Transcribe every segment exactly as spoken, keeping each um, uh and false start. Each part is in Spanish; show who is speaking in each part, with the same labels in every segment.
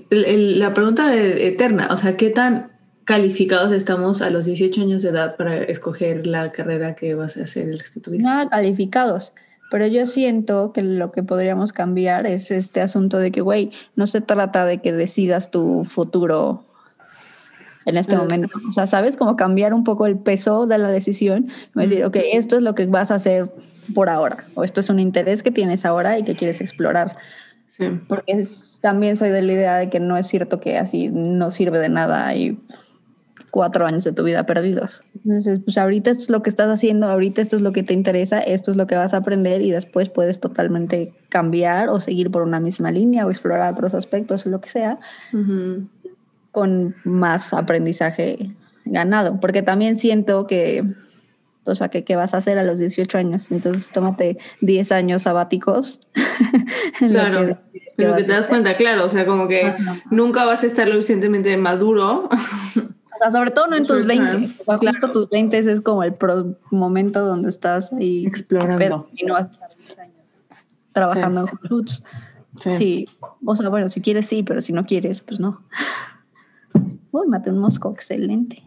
Speaker 1: el, el, la pregunta de, eterna, o sea, ¿qué tan calificados estamos a los dieciocho años de edad para escoger la carrera que vas a hacer el resto de tu vida?
Speaker 2: Nada calificados, pero yo siento que lo que podríamos cambiar es este asunto de que, güey, no se trata de que decidas tu futuro en este uh, momento. O sea, ¿sabes? Como cambiar un poco el peso de la decisión. Uh-huh. Decir, ok, esto es lo que vas a hacer por ahora, o esto es un interés que tienes ahora y que quieres explorar. Sí. Porque es, también soy de la idea de que no es cierto que así no sirve de nada y cuatro años de tu vida perdidos. Entonces, pues ahorita esto es lo que estás haciendo, ahorita esto es lo que te interesa, esto es lo que vas a aprender y después puedes totalmente cambiar o seguir por una misma línea o explorar otros aspectos o lo que sea, uh-huh, con más aprendizaje ganado. Porque también siento que, o sea, que qué vas a hacer a los dieciocho años. Entonces, tómate diez años sabáticos.
Speaker 1: Claro, lo que, pero que te das cuenta, claro, o sea, como que uh-huh, nunca vas a estar lo suficientemente maduro.
Speaker 2: O sea, sobre todo no en tus veinte. O sea, justo tus veinte es como el pro momento donde estás ahí
Speaker 1: explorando
Speaker 2: y no vas a estar diez años trabajando sí. en fruits. Sí. sí. O sea, bueno, si quieres sí, pero si no quieres, pues no. Uy, maté un mosco, excelente.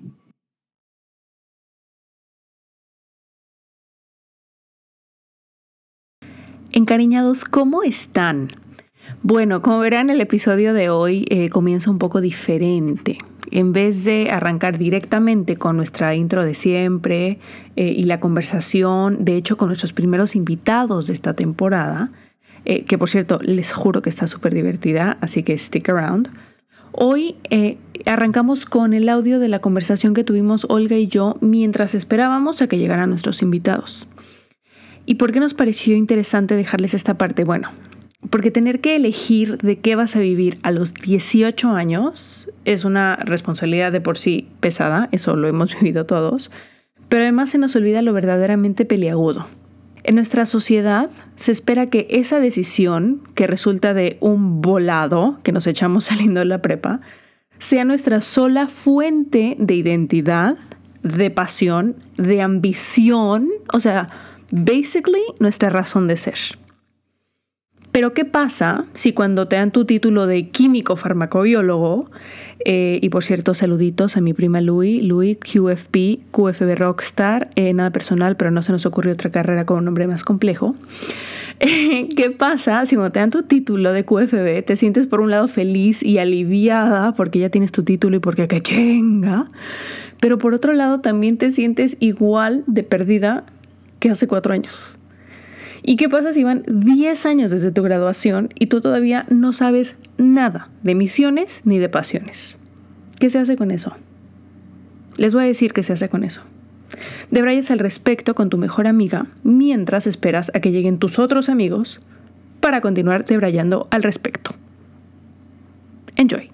Speaker 3: Encariñados, ¿cómo están? Bueno, como verán, el episodio de hoy eh, comienza un poco diferente. En vez de arrancar directamente con nuestra intro de siempre eh, y la conversación, de hecho con nuestros primeros invitados de esta temporada, eh, que por cierto les juro que está súper divertida, así que stick around. Hoy eh, arrancamos con el audio de la conversación que tuvimos Olga y yo mientras esperábamos a que llegaran nuestros invitados. ¿Y por qué nos pareció interesante dejarles esta parte? Bueno, porque tener que elegir de qué vas a vivir a los dieciocho años es una responsabilidad de por sí pesada, eso lo hemos vivido todos, pero además se nos olvida lo verdaderamente peliagudo. En nuestra sociedad se espera que esa decisión, que resulta de un volado que nos echamos saliendo de la prepa, sea nuestra sola fuente de identidad, de pasión, de ambición, o sea, basically nuestra razón de ser. Pero ¿qué pasa si cuando te dan tu título de químico farmacobiólogo, eh, y por cierto, saluditos a mi prima Louie, Louie, Q F P, Q F B Rockstar, eh, nada personal, pero no se nos ocurrió otra carrera con un nombre más complejo. Eh, ¿Qué pasa si cuando te dan tu título de Q F B te sientes por un lado feliz y aliviada porque ya tienes tu título y porque qué chenga, pero por otro lado también te sientes igual de perdida que hace cuatro años? ¿Y qué pasa si van diez años desde tu graduación y tú todavía no sabes nada de misiones ni de pasiones? ¿Qué se hace con eso? Les voy a decir qué se hace con eso. Debrayas al respecto con tu mejor amiga mientras esperas a que lleguen tus otros amigos para continuar debrayando al respecto. Enjoy.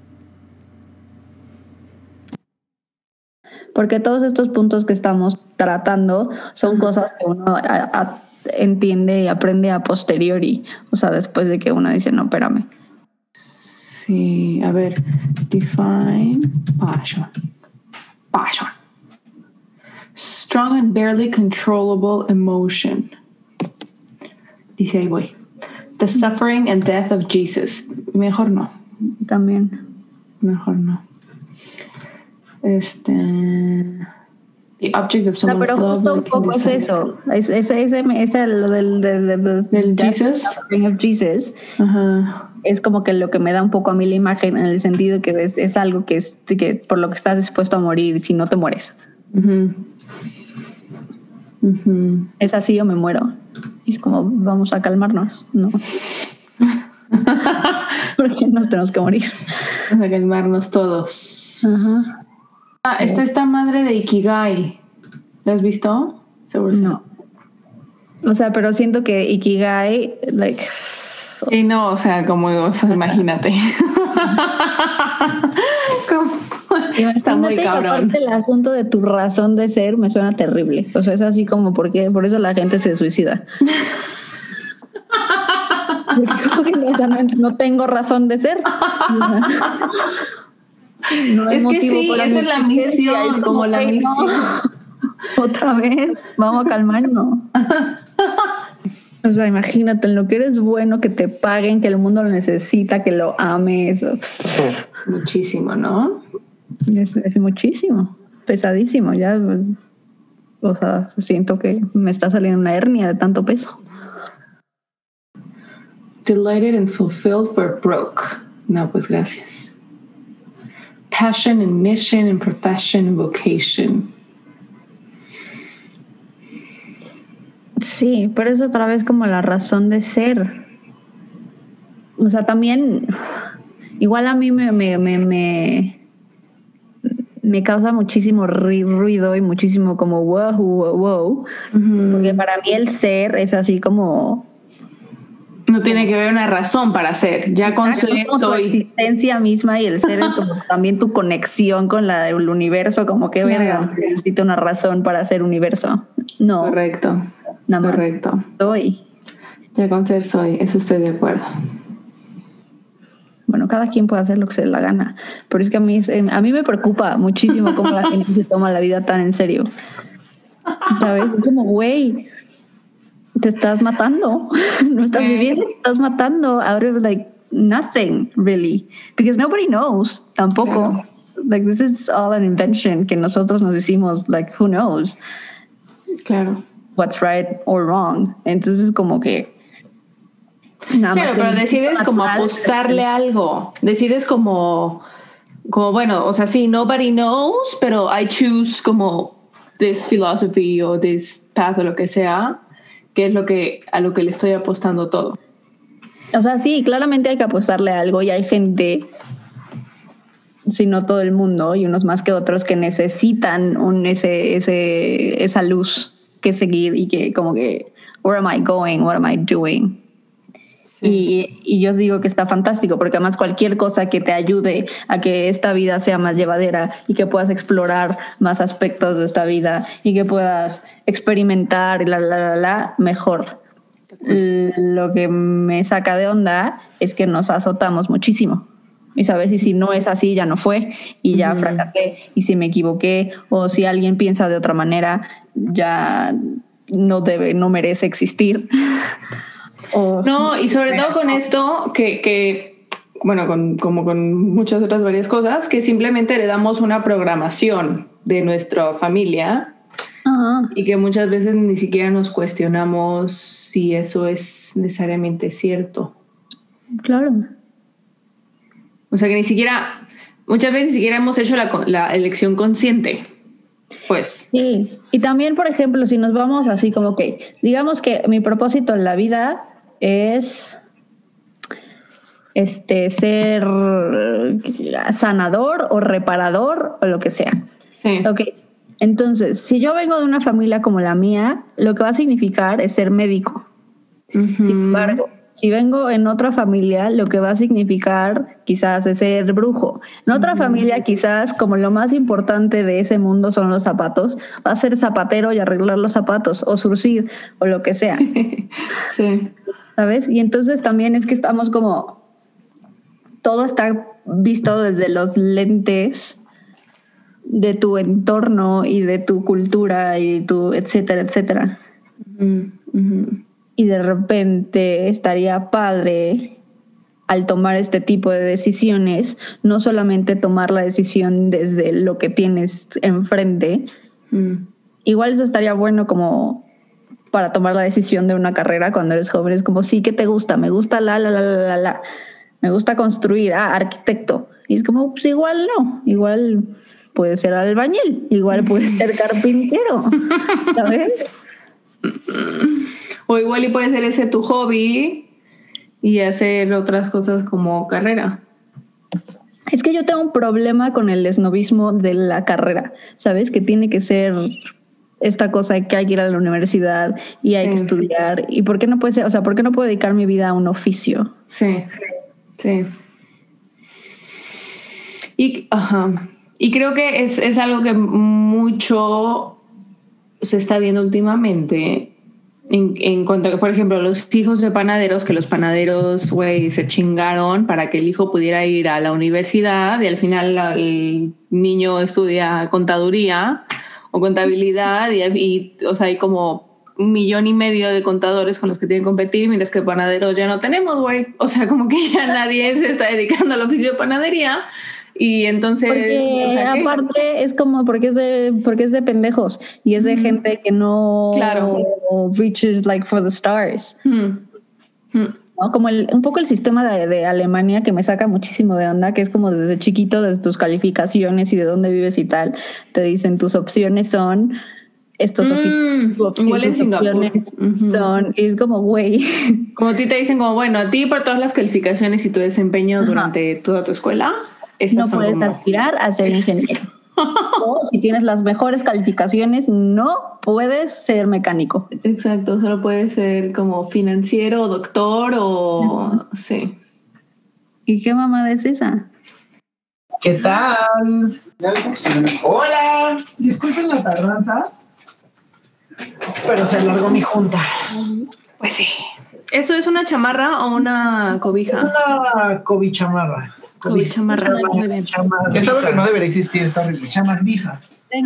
Speaker 2: Porque todos estos puntos que estamos tratando son uh-huh. cosas que uno a, a, entiende y aprende a posteriori, o sea, después de que uno dice, no, espérame.
Speaker 1: Sí, a ver, define passion. Passion. Strong and barely controllable emotion. Dice ahí voy. The suffering and death of Jesus. Mejor no.
Speaker 2: También.
Speaker 1: Mejor no. Este... The object of someone's
Speaker 2: no, pero
Speaker 1: love.
Speaker 2: Pero un poco es eso. Es, es, es, es, es lo del, del, del,
Speaker 1: del Jesus.
Speaker 2: Of Jesus.
Speaker 1: Uh-huh.
Speaker 2: Es como que lo que me da un poco a mí la imagen en el sentido que es, es algo que, es, que por lo que estás dispuesto a morir si no te mueres.
Speaker 1: Uh-huh. Uh-huh.
Speaker 2: Es así o me muero. Y es como, vamos a calmarnos, ¿no? Porque nos tenemos que morir.
Speaker 1: Vamos a calmarnos todos.
Speaker 2: Ajá. Uh-huh.
Speaker 1: Ah, está esta madre de Ikigai. ¿La has visto?
Speaker 2: Seguro no. O sea, pero siento que Ikigai, like...
Speaker 1: Sí, no, o sea, como, o sea, imagínate. como, está muy cabrón.
Speaker 2: El asunto de tu razón de ser me suena terrible. O sea, es así como porque por eso la gente se suicida. Porque no, no tengo razón de ser.
Speaker 1: No es que sí, eso es la misión, como la misión.
Speaker 2: No. Otra vez, vamos a calmarnos. O sea, imagínate, en lo que eres bueno, que te paguen, que el mundo lo necesita, que lo ames.
Speaker 1: Muchísimo, ¿no?
Speaker 2: Es, es muchísimo, pesadísimo. Ya, o sea, siento que me está saliendo una hernia de tanto peso.
Speaker 1: Delighted and fulfilled but broke. No, pues gracias. Passion and mission and profession and vocation.
Speaker 2: Sí, pero es otra vez como la razón de ser. O sea, también, igual a mí me, me, me, me, me causa muchísimo ruido y muchísimo como wow, wow, wow. Uh-huh. Porque para mí el ser es así como...
Speaker 1: No tiene que haber una razón para ser. Ya con
Speaker 2: ser
Speaker 1: soy...
Speaker 2: tu existencia misma, y el ser es como también tu conexión con la del universo, como que claro. Verga, necesito una razón para ser universo. No.
Speaker 1: Correcto.
Speaker 2: Nada más
Speaker 1: Correcto.
Speaker 2: Soy.
Speaker 1: Ya con ser soy, eso estoy de acuerdo.
Speaker 2: Bueno, cada quien puede hacer lo que se le la gana, pero es que a mí, a mí me preocupa muchísimo cómo la gente se toma la vida tan en serio. ¿Sabes? Es como, güey, te estás matando. No estás okay. viviendo, te estás matando out of like nothing, really. Because nobody knows, tampoco. Claro. Like, this is all an invention que nosotros nos decimos, like, who knows?
Speaker 1: Claro.
Speaker 2: What's right or wrong. Entonces, como que...
Speaker 1: Nada claro, pero decides como apostarle algo. Decides como... Como, bueno, o sea, sí, nobody knows, pero I choose como this philosophy o this path o lo que sea, que es lo que a lo que le estoy apostando todo.
Speaker 2: O sea, sí, claramente hay que apostarle a algo y hay gente... si no todo el mundo, y unos más que otros, que necesitan un, ese, ese, esa luz que seguir y que como que, where am I going, what am I doing? Sí. Y, y yo digo que está fantástico, porque además cualquier cosa que te ayude a que esta vida sea más llevadera y que puedas explorar más aspectos de esta vida y que puedas experimentar y la, la, la, la, mejor. Lo que me saca de onda es que nos azotamos muchísimo. Y sabes, y si no es así, ya no fue, y ya mm. fracasé, y si me equivoqué, o si alguien piensa de otra manera, ya no debe, no merece existir.
Speaker 1: O, no, y sobre todo con esto, que, que bueno, con, como con muchas otras varias cosas, que simplemente le damos una programación de nuestra familia, uh-huh. y que muchas veces ni siquiera nos cuestionamos si eso es necesariamente cierto.
Speaker 2: Claro.
Speaker 1: O sea que ni siquiera, muchas veces ni siquiera hemos hecho la, la elección consciente, pues.
Speaker 2: Sí, y también, por ejemplo, si nos vamos así como que, digamos que mi propósito en la vida es este ser sanador o reparador o lo que sea.
Speaker 1: Sí.
Speaker 2: Ok, entonces, si yo vengo de una familia como la mía, lo que va a significar es ser médico. Uh-huh. Sin embargo, si vengo en otra familia, lo que va a significar quizás es ser brujo. En otra uh-huh. familia, quizás como lo más importante de ese mundo son los zapatos, va a ser zapatero y arreglar los zapatos, o surcir, o lo que sea.
Speaker 1: Sí.
Speaker 2: ¿Sabes? Y entonces también es que estamos como... Todo está visto desde los lentes de tu entorno y de tu cultura y tu etcétera, etcétera.
Speaker 1: Uh-huh. Uh-huh.
Speaker 2: Y de repente estaría padre, al tomar este tipo de decisiones, no solamente tomar la decisión desde lo que tienes enfrente. Mm. Igual eso estaría bueno como para tomar la decisión de una carrera cuando eres joven. Es como, sí, ¿qué te gusta? Me gusta la, la, la, la, la, la. Me gusta construir, ah, arquitecto. Y es como, pues igual no, igual puede ser albañil, igual puede ser carpintero, ¿sabes?
Speaker 1: O igual y puede ser ese tu hobby y hacer otras cosas como carrera.
Speaker 2: Es que yo tengo un problema con el esnovismo de la carrera, ¿sabes? Que tiene que ser esta cosa de que hay que ir a la universidad y hay sí, que estudiar. Sí. ¿Y por qué no puede ser? O sea, ¿por qué no puedo dedicar mi vida a un oficio?
Speaker 1: Sí, sí. Y, ajá. Y creo que es, es algo que mucho se está viendo últimamente. En, en cuanto a, por ejemplo, los hijos de panaderos, que los panaderos, güey, se chingaron para que el hijo pudiera ir a la universidad y al final la, el niño estudia contaduría o contabilidad y, y o sea, hay como un millón y medio de contadores con los que tienen que competir y miras que panaderos ya no tenemos, güey. O sea, como que ya nadie se está dedicando al oficio de panadería y entonces...
Speaker 2: Porque
Speaker 1: o sea,
Speaker 2: aparte es como porque es de porque es de pendejos y es de mm. gente que no
Speaker 1: claro.
Speaker 2: reaches like for the stars.
Speaker 1: Mm. Mm.
Speaker 2: ¿No? Como el, un poco el sistema de, de Alemania que me saca muchísimo de onda, que es como desde chiquito, desde tus calificaciones y de dónde vives y tal, te dicen tus opciones son estos
Speaker 1: mm,
Speaker 2: oficios.
Speaker 1: Igual en Singapur. Uh-huh.
Speaker 2: Son, y es como, güey.
Speaker 1: Como a ti te dicen como, bueno, a ti por todas las calificaciones y tu desempeño Ajá. durante toda tu escuela,
Speaker 2: no puedes como... aspirar a ser ingeniero. O si tienes las mejores calificaciones, no puedes ser mecánico.
Speaker 1: Exacto, solo puedes ser como financiero o doctor o... Uh-huh. Sí.
Speaker 2: ¿Y qué mamada es esa?
Speaker 4: ¿Qué tal? Hola, disculpen la tardanza, pero se alargó mi junta.
Speaker 1: Pues sí. ¿Eso es una chamarra o una cobija?
Speaker 4: Es una cobichamarra.
Speaker 1: Cobichamarra.
Speaker 4: Muy bien. Es algo que no debería existir, está horrible. Chamarvija.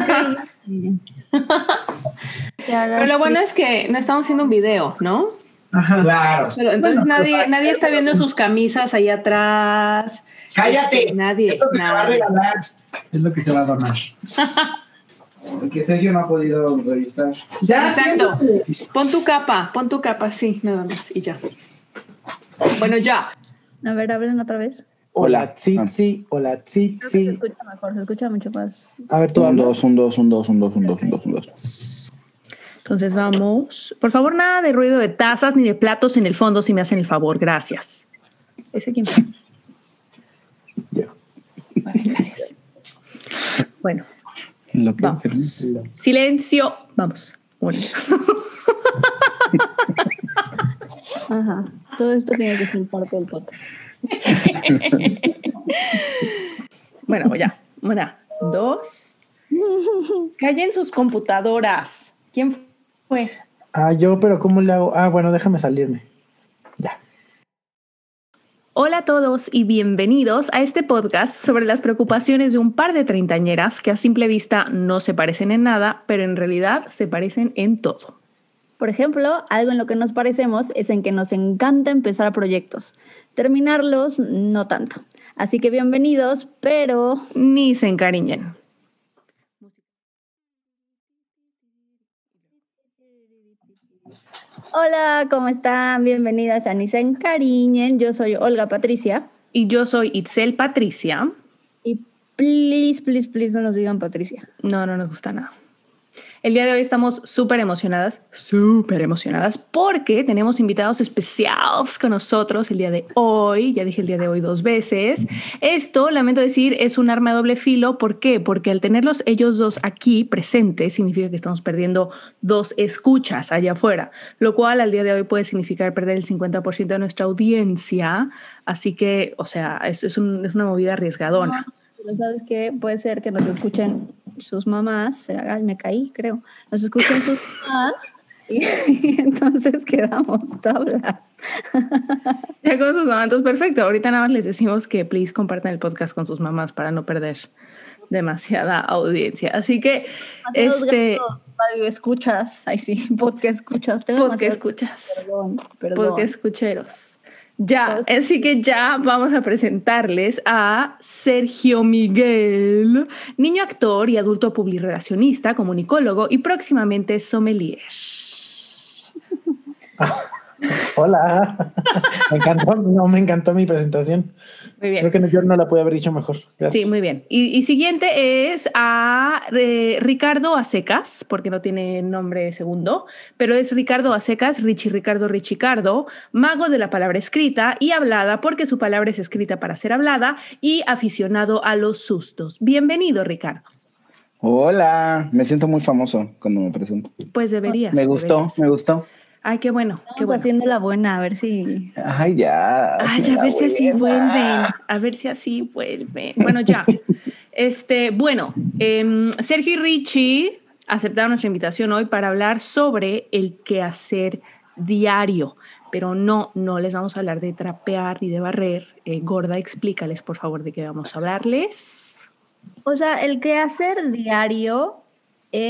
Speaker 1: Pero lo bueno es que no estamos haciendo un video, ¿no?
Speaker 4: Ajá, claro.
Speaker 1: Pero entonces bueno, nadie, nadie está viendo sus camisas ahí atrás.
Speaker 4: ¡Cállate!
Speaker 1: Este, nadie.
Speaker 4: Es lo que
Speaker 1: nadie.
Speaker 4: se va a regalar. Es lo que se va a donar. Porque Sergio no ha podido revisar.
Speaker 1: Ya, exacto. Siempre. Pon tu capa, pon tu capa, sí, nada más. Y ya. Bueno, ya.
Speaker 2: A ver, hablen otra vez.
Speaker 4: Hola, Tsitsi, hola, Tsitsi.
Speaker 2: Se escucha mejor, se escucha mucho más.
Speaker 4: A ver, tú
Speaker 5: un dos, un dos, un dos, un dos, un dos, un dos, un dos.
Speaker 3: Entonces vamos. Por favor, nada de ruido de tazas ni de platos en el fondo, si me hacen el favor. Gracias. ¿Ese quién fue?
Speaker 5: Ya.
Speaker 3: Bueno, gracias. Bueno.
Speaker 5: Lo que
Speaker 3: vamos. Silencio. Vamos. Bueno.
Speaker 2: Ajá. Todo esto tiene que ser parte del podcast.
Speaker 3: Bueno, ya. Una, dos. Callen sus computadoras. ¿Quién fue?
Speaker 4: Ah, yo, pero ¿cómo le hago? Ah, bueno, déjame salirme. Ya.
Speaker 3: Hola a todos y bienvenidos a este podcast sobre las preocupaciones de un par de treintañeras que a simple vista no se parecen en nada, pero en realidad se parecen en todo.
Speaker 2: Por ejemplo, algo en lo que nos parecemos es en que nos encanta empezar proyectos. Terminarlos, no tanto. Así que bienvenidos, pero...
Speaker 3: ni se encariñen.
Speaker 2: Hola, ¿cómo están? Bienvenidas a Ni se encariñen. Yo soy Olga Patricia.
Speaker 3: Y yo soy Itzel Patricia.
Speaker 2: Y please, please, please no nos digan Patricia.
Speaker 3: No, no nos gusta nada. El día de hoy estamos súper emocionadas, súper emocionadas, porque tenemos invitados especiales con nosotros el día de hoy. Ya dije el día de hoy dos veces. Esto, lamento decir, es un arma de doble filo. ¿Por qué? Porque al tenerlos ellos dos aquí presentes, significa que estamos perdiendo dos escuchas allá afuera, lo cual al día de hoy puede significar perder el cincuenta por ciento de nuestra audiencia. Así que, o sea, es, es, un, es una movida arriesgadona.
Speaker 2: No, pero ¿sabes qué? Puede ser que nos escuchen sus mamás, ay, me caí, creo, nos escuchan sus mamás y, y entonces quedamos tablas.
Speaker 3: Ya con sus mamás, entonces perfecto. Ahorita nada más les decimos que please compartan el podcast con sus mamás para no perder demasiada audiencia. Así que este
Speaker 2: radio escuchas, ay sí, podcast escuchas,
Speaker 3: podcast escuchas,
Speaker 2: perdón, perdón.
Speaker 3: Podcast escucheros. Ya, así que ya vamos a presentarles a Sergio Miguel, niño actor y adulto publirelacionista, comunicólogo y próximamente sommelier.
Speaker 4: Hola, me encantó, no, me encantó mi presentación.
Speaker 3: Muy bien.
Speaker 4: Creo que yo no la pude haber dicho mejor. Gracias.
Speaker 3: Sí, muy bien. Y, y siguiente es a eh, Ricardo Acecas, porque no tiene nombre segundo, pero es Ricardo Acecas, Richie Ricardo Richicardo, mago de la palabra escrita y hablada, porque su palabra es escrita para ser hablada, y aficionado a los sustos. Bienvenido, Ricardo.
Speaker 5: Hola, me siento muy famoso cuando me presento.
Speaker 3: Pues deberías.
Speaker 5: Me gustó,
Speaker 3: deberías.
Speaker 5: me gustó.
Speaker 3: Ay, qué bueno.
Speaker 2: Estamos
Speaker 3: qué bueno.
Speaker 2: haciendo la buena, a ver si...
Speaker 5: Ay, ya.
Speaker 3: Ay, a ver si así vuelven. A ver si así vuelven. Bueno, ya. este, bueno, eh, Sergio y Richie aceptaron nuestra invitación hoy para hablar sobre el quehacer diario. Pero no, no les vamos a hablar de trapear ni de barrer. Eh, Gorda, explícales, por favor, de qué vamos a hablarles.
Speaker 2: O sea, el quehacer diario es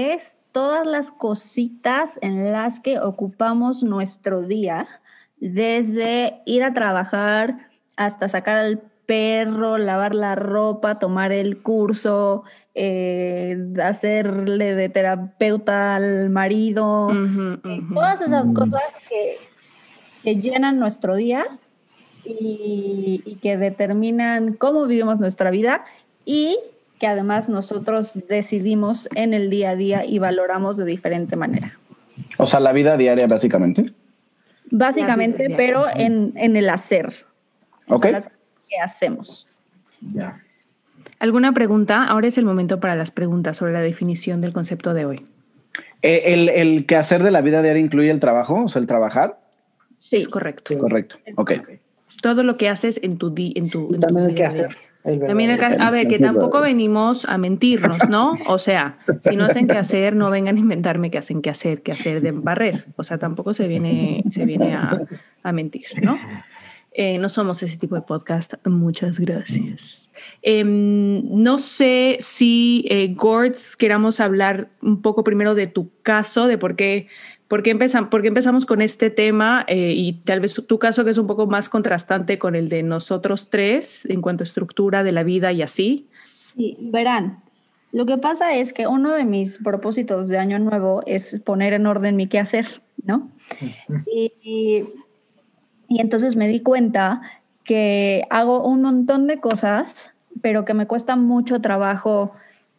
Speaker 2: todas las cositas en las que ocupamos nuestro día, desde ir a trabajar hasta sacar al perro, lavar la ropa, tomar el curso, eh, hacerle de terapeuta al marido,
Speaker 3: Ujú,
Speaker 2: eh,
Speaker 3: ujú.
Speaker 2: todas esas cosas que, que llenan nuestro día y, y que determinan cómo vivimos nuestra vida y que además nosotros decidimos en el día a día y valoramos de diferente manera.
Speaker 5: O sea, la vida diaria, básicamente.
Speaker 2: Básicamente,
Speaker 3: diaria.
Speaker 2: pero en, en el hacer. O
Speaker 5: Ok.
Speaker 2: sea, las cosas que hacemos.
Speaker 4: Ya.
Speaker 3: ¿Alguna pregunta? Ahora es el momento para las preguntas sobre la definición del concepto de hoy.
Speaker 5: Eh, el, el quehacer de la vida diaria incluye el trabajo, o sea, el trabajar.
Speaker 2: Sí.
Speaker 3: Es correcto.
Speaker 5: Correcto. Ok.
Speaker 3: Todo lo que haces en tu di, en tu,
Speaker 4: Y
Speaker 3: en
Speaker 4: también
Speaker 3: tu
Speaker 4: el
Speaker 3: día
Speaker 4: que
Speaker 3: a
Speaker 4: hacer.
Speaker 3: día.
Speaker 4: El
Speaker 3: También el
Speaker 4: verdadero.
Speaker 3: ca- a ver, que tampoco venimos a mentirnos, ¿no? O sea, si no hacen qué hacer, no vengan a inventarme que hacen qué hacer, qué hacer de barrer. O sea, tampoco se viene, se viene a, a mentir, ¿no? Eh, no somos ese tipo de podcast. Muchas gracias. Eh, no sé si, eh, Gords, queramos hablar un poco primero de tu caso, de por qué, por qué, empezam- por qué empezamos con este tema eh, y tal vez tu, tu caso que es un poco más contrastante con el de nosotros tres en cuanto a estructura de la vida y así.
Speaker 2: Sí, verán. Lo que pasa es que uno de mis propósitos de año nuevo es poner en orden mi quehacer, ¿no? Y, y, y entonces me di cuenta que hago un montón de cosas, pero que me cuesta mucho trabajo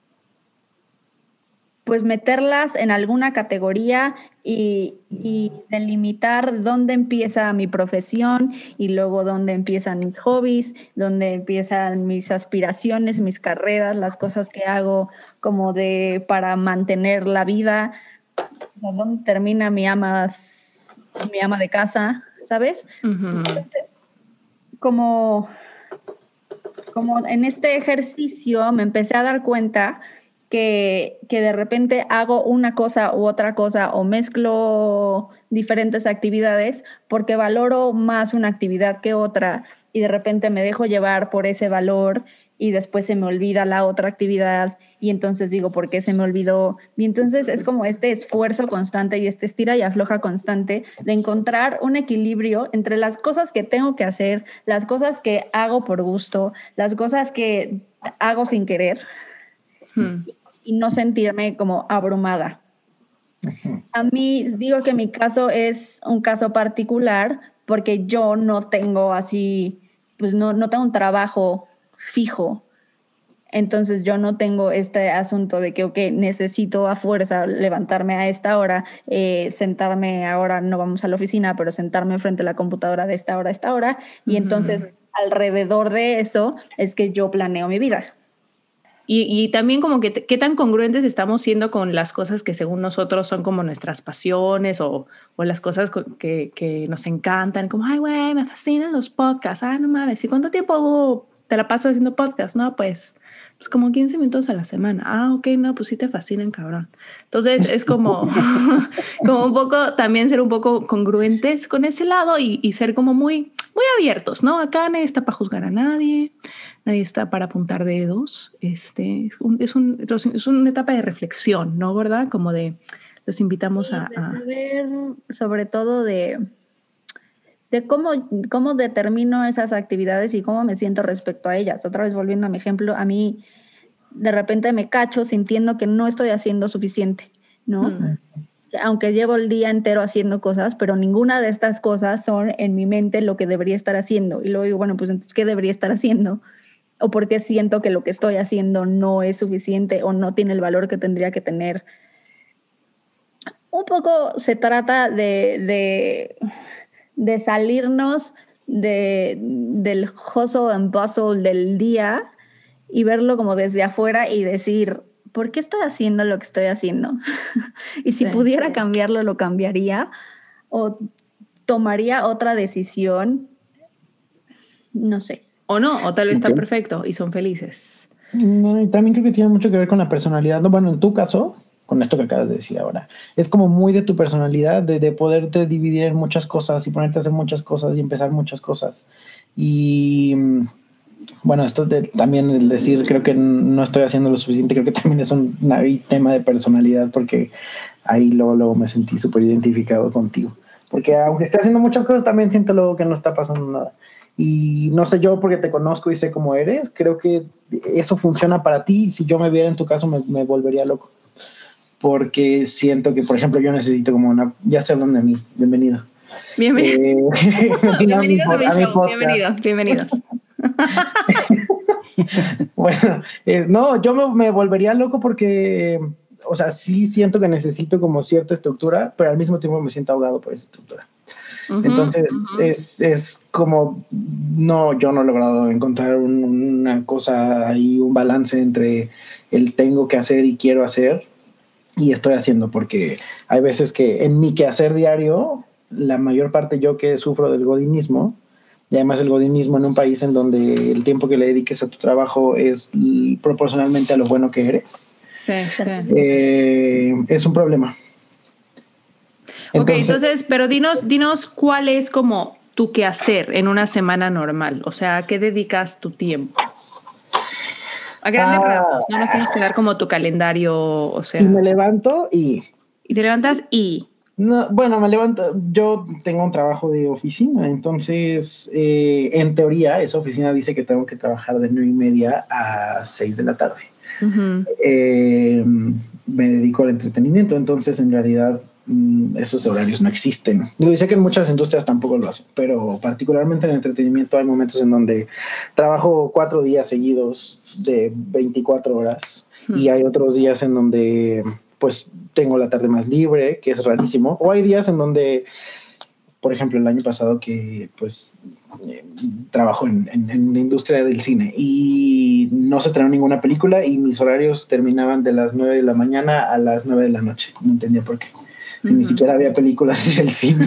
Speaker 2: pues meterlas en alguna categoría y, y delimitar dónde empieza mi profesión y luego dónde empiezan mis hobbies, dónde empiezan mis aspiraciones, mis carreras, las cosas que hago como de para mantener la vida, dónde termina mi ama, mi ama de casa, ¿sabes?
Speaker 3: Uh-huh.
Speaker 2: Entonces, como, como en este ejercicio me empecé a dar cuenta Que, que de repente hago una cosa u otra cosa o mezclo diferentes actividades porque valoro más una actividad que otra y de repente me dejo llevar por ese valor y después se me olvida la otra actividad y entonces digo, ¿por qué se me olvidó? Y entonces es como este esfuerzo constante y este estira y afloja constante de encontrar un equilibrio entre las cosas que tengo que hacer, las cosas que hago por gusto, las cosas que hago sin querer. Hmm. Y no sentirme como abrumada. Uh-huh. A mí digo que mi caso es un caso particular porque yo no tengo así, pues no, no tengo un trabajo fijo. Entonces yo no tengo este asunto de que, ok, necesito a fuerza levantarme a esta hora, eh, sentarme ahora, no vamos a la oficina, pero sentarme frente a la computadora de esta hora a esta hora. Y uh-huh. entonces alrededor de eso es que yo planeo mi vida.
Speaker 3: Y, y también como que qué tan congruentes estamos siendo con las cosas que según nosotros son como nuestras pasiones o, o las cosas que, que nos encantan, como, ay, güey, me fascinan los podcasts, ah, no mames, ¿y cuánto tiempo te la pasas haciendo podcasts? No, pues, pues como quince minutos a la semana. Ah, ok, no, pues sí te fascinan, cabrón. Entonces es como, como un poco, también ser un poco congruentes con ese lado y, y ser como muy, muy abiertos, ¿no? Acá nadie está para juzgar a nadie. Nadie está para apuntar dedos. Este, es, un, es, un, es una etapa de reflexión, ¿no? ¿Verdad? Como de, los invitamos
Speaker 2: sí,
Speaker 3: a... a...
Speaker 2: ver sobre todo de, de cómo, cómo determino esas actividades y cómo me siento respecto a ellas. Otra vez volviendo a mi ejemplo, a mí de repente me cacho sintiendo que no estoy haciendo suficiente, ¿no? Mm. Aunque llevo el día entero haciendo cosas, pero ninguna de estas cosas son en mi mente lo que debería estar haciendo. Y luego digo, bueno, pues entonces, ¿qué debería estar haciendo? O porque siento que lo que estoy haciendo no es suficiente o no tiene el valor que tendría que tener. Un poco se trata de, de, de salirnos de, del hustle and bustle del día y verlo como desde afuera y decir, ¿por qué estoy haciendo lo que estoy haciendo? Y si sí, pudiera sí. cambiarlo, lo cambiaría o tomaría otra decisión, no sé.
Speaker 3: O no, o tal vez okay. está perfecto y son felices.
Speaker 4: No, y también creo que tiene mucho que ver con la personalidad. No, bueno, en tu caso, con esto que acabas de decir ahora, es como muy de tu personalidad, de, de poderte dividir en muchas cosas y ponerte a hacer muchas cosas y empezar muchas cosas. Y, bueno, esto de, también el decir creo que no estoy haciendo lo suficiente, creo que también es un, un tema de personalidad, porque ahí luego, luego me sentí súper identificado contigo. Porque aunque esté haciendo muchas cosas, también siento luego que no está pasando nada. Y no sé, yo porque te conozco y sé cómo eres, creo que eso funciona para ti. Si yo me viera en tu caso, me, me volvería loco. Porque siento que, por ejemplo, yo necesito como una... Ya estoy hablando de mí. Bienvenido.
Speaker 3: Bienvenido.
Speaker 4: Eh,
Speaker 3: bienvenidos a mi, a mi show.
Speaker 4: podcast.
Speaker 3: Bienvenidos, bienvenidos.
Speaker 4: Bueno, eh, no, yo me, me volvería loco porque, o sea, sí siento que necesito como cierta estructura, pero al mismo tiempo me siento ahogado por esa estructura. Uh-huh, Entonces, uh-huh. es, es como, no, yo no he logrado encontrar un, una cosa ahí, un balance entre el tengo que hacer y quiero hacer, y estoy haciendo, porque hay veces que en mi quehacer diario, la mayor parte yo que sufro del godinismo, y además el godinismo en un país en donde el tiempo que le dediques a tu trabajo es proporcionalmente a lo bueno que eres,
Speaker 3: sí, sí.
Speaker 4: Eh, es un problema.
Speaker 3: Entonces, ok, entonces, pero dinos, dinos cuál es como tu quehacer en una semana normal. O sea, ¿a qué dedicas tu tiempo? A grandes ah, rasgos, no nos tienes que dar como tu calendario, o sea...
Speaker 4: Y me levanto y...
Speaker 3: Y te levantas y...
Speaker 4: No, bueno, me levanto, yo tengo un trabajo de oficina, entonces eh, en teoría esa oficina dice que tengo que trabajar de nueve y media a seis de la tarde. Uh-huh. Eh, me dedico al entretenimiento, entonces en realidad mm, esos horarios no existen. Digo, sé que en muchas industrias tampoco lo hacen, pero particularmente en el entretenimiento hay momentos en donde trabajo cuatro días seguidos de veinticuatro horas uh-huh. y hay otros días en donde... pues tengo la tarde más libre, que es rarísimo. O hay días en donde, por ejemplo, el año pasado que pues eh, trabajo en, en, en la industria del cine y no se estrenó ninguna película y mis horarios terminaban de las nueve de la mañana a las nueve de la noche. No entendía por qué. Si uh-huh. Ni siquiera había películas en el cine.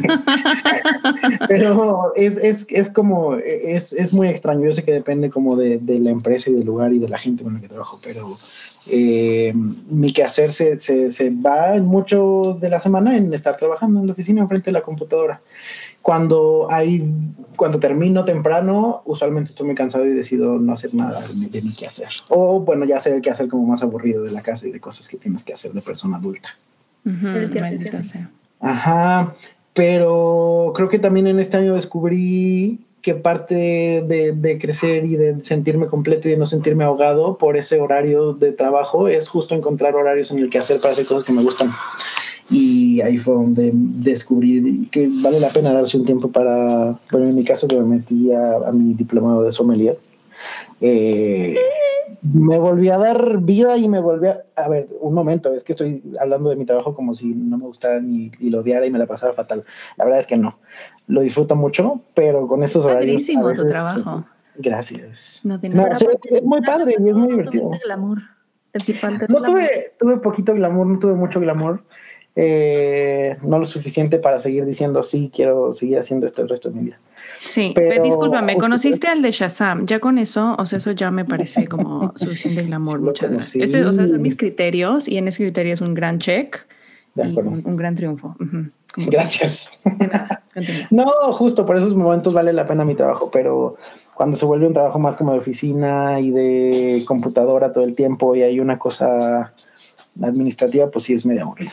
Speaker 4: Pero es, es, es como, es, es muy extraño. Yo sé que depende como de, de la empresa y del lugar y de la gente con la que trabajo, pero... Eh, mi quehacer se, se, se va en mucho de la semana en estar trabajando en la oficina enfrente de la computadora. Cuando hay, cuando termino temprano, usualmente estoy muy cansado y decido no hacer nada de, de mi quehacer. O bueno, ya sé el quehacer como más aburrido de la casa y de cosas que tienes que hacer de persona adulta.
Speaker 3: Uh-huh, maldita sea.
Speaker 4: Ajá, pero creo que también en este año descubrí que parte de, de crecer y de sentirme completo y de no sentirme ahogado por ese horario de trabajo es justo encontrar horarios en el que hacer para hacer cosas que me gustan. Y ahí fue donde descubrí que vale la pena darse un tiempo para, bueno, en mi caso que me metí a, a mi diplomado de sommelier, eh, me volví a dar vida y me volví a... A ver, un momento, es que estoy hablando de mi trabajo como si no me gustara ni y lo odiara y me la pasara fatal. La verdad es que no. Lo disfruto mucho, pero con esos
Speaker 3: es
Speaker 4: horarios...
Speaker 3: padrísimo tu trabajo.
Speaker 4: Gracias.
Speaker 3: No, tiene
Speaker 4: no sí, es muy padre y es muy divertido.
Speaker 2: Glamour.
Speaker 4: No tuve, tuve poquito glamour, no tuve mucho glamour. Eh, no lo suficiente para seguir diciendo sí, quiero seguir haciendo esto el resto de mi vida.
Speaker 3: Sí, pero discúlpame, conociste al de Shazam, ya con eso, o sea, eso ya me parece como suficiente glamour, sí, muchas gracias. Ese, o sea, son mis criterios y en ese criterio es un gran check y un, un gran triunfo. Uh-huh.
Speaker 4: Gracias. De nada, no, justo por esos momentos vale la pena mi trabajo, pero cuando se vuelve un trabajo más como de oficina y de computadora todo el tiempo y hay una cosa administrativa, pues sí es medio aburrido.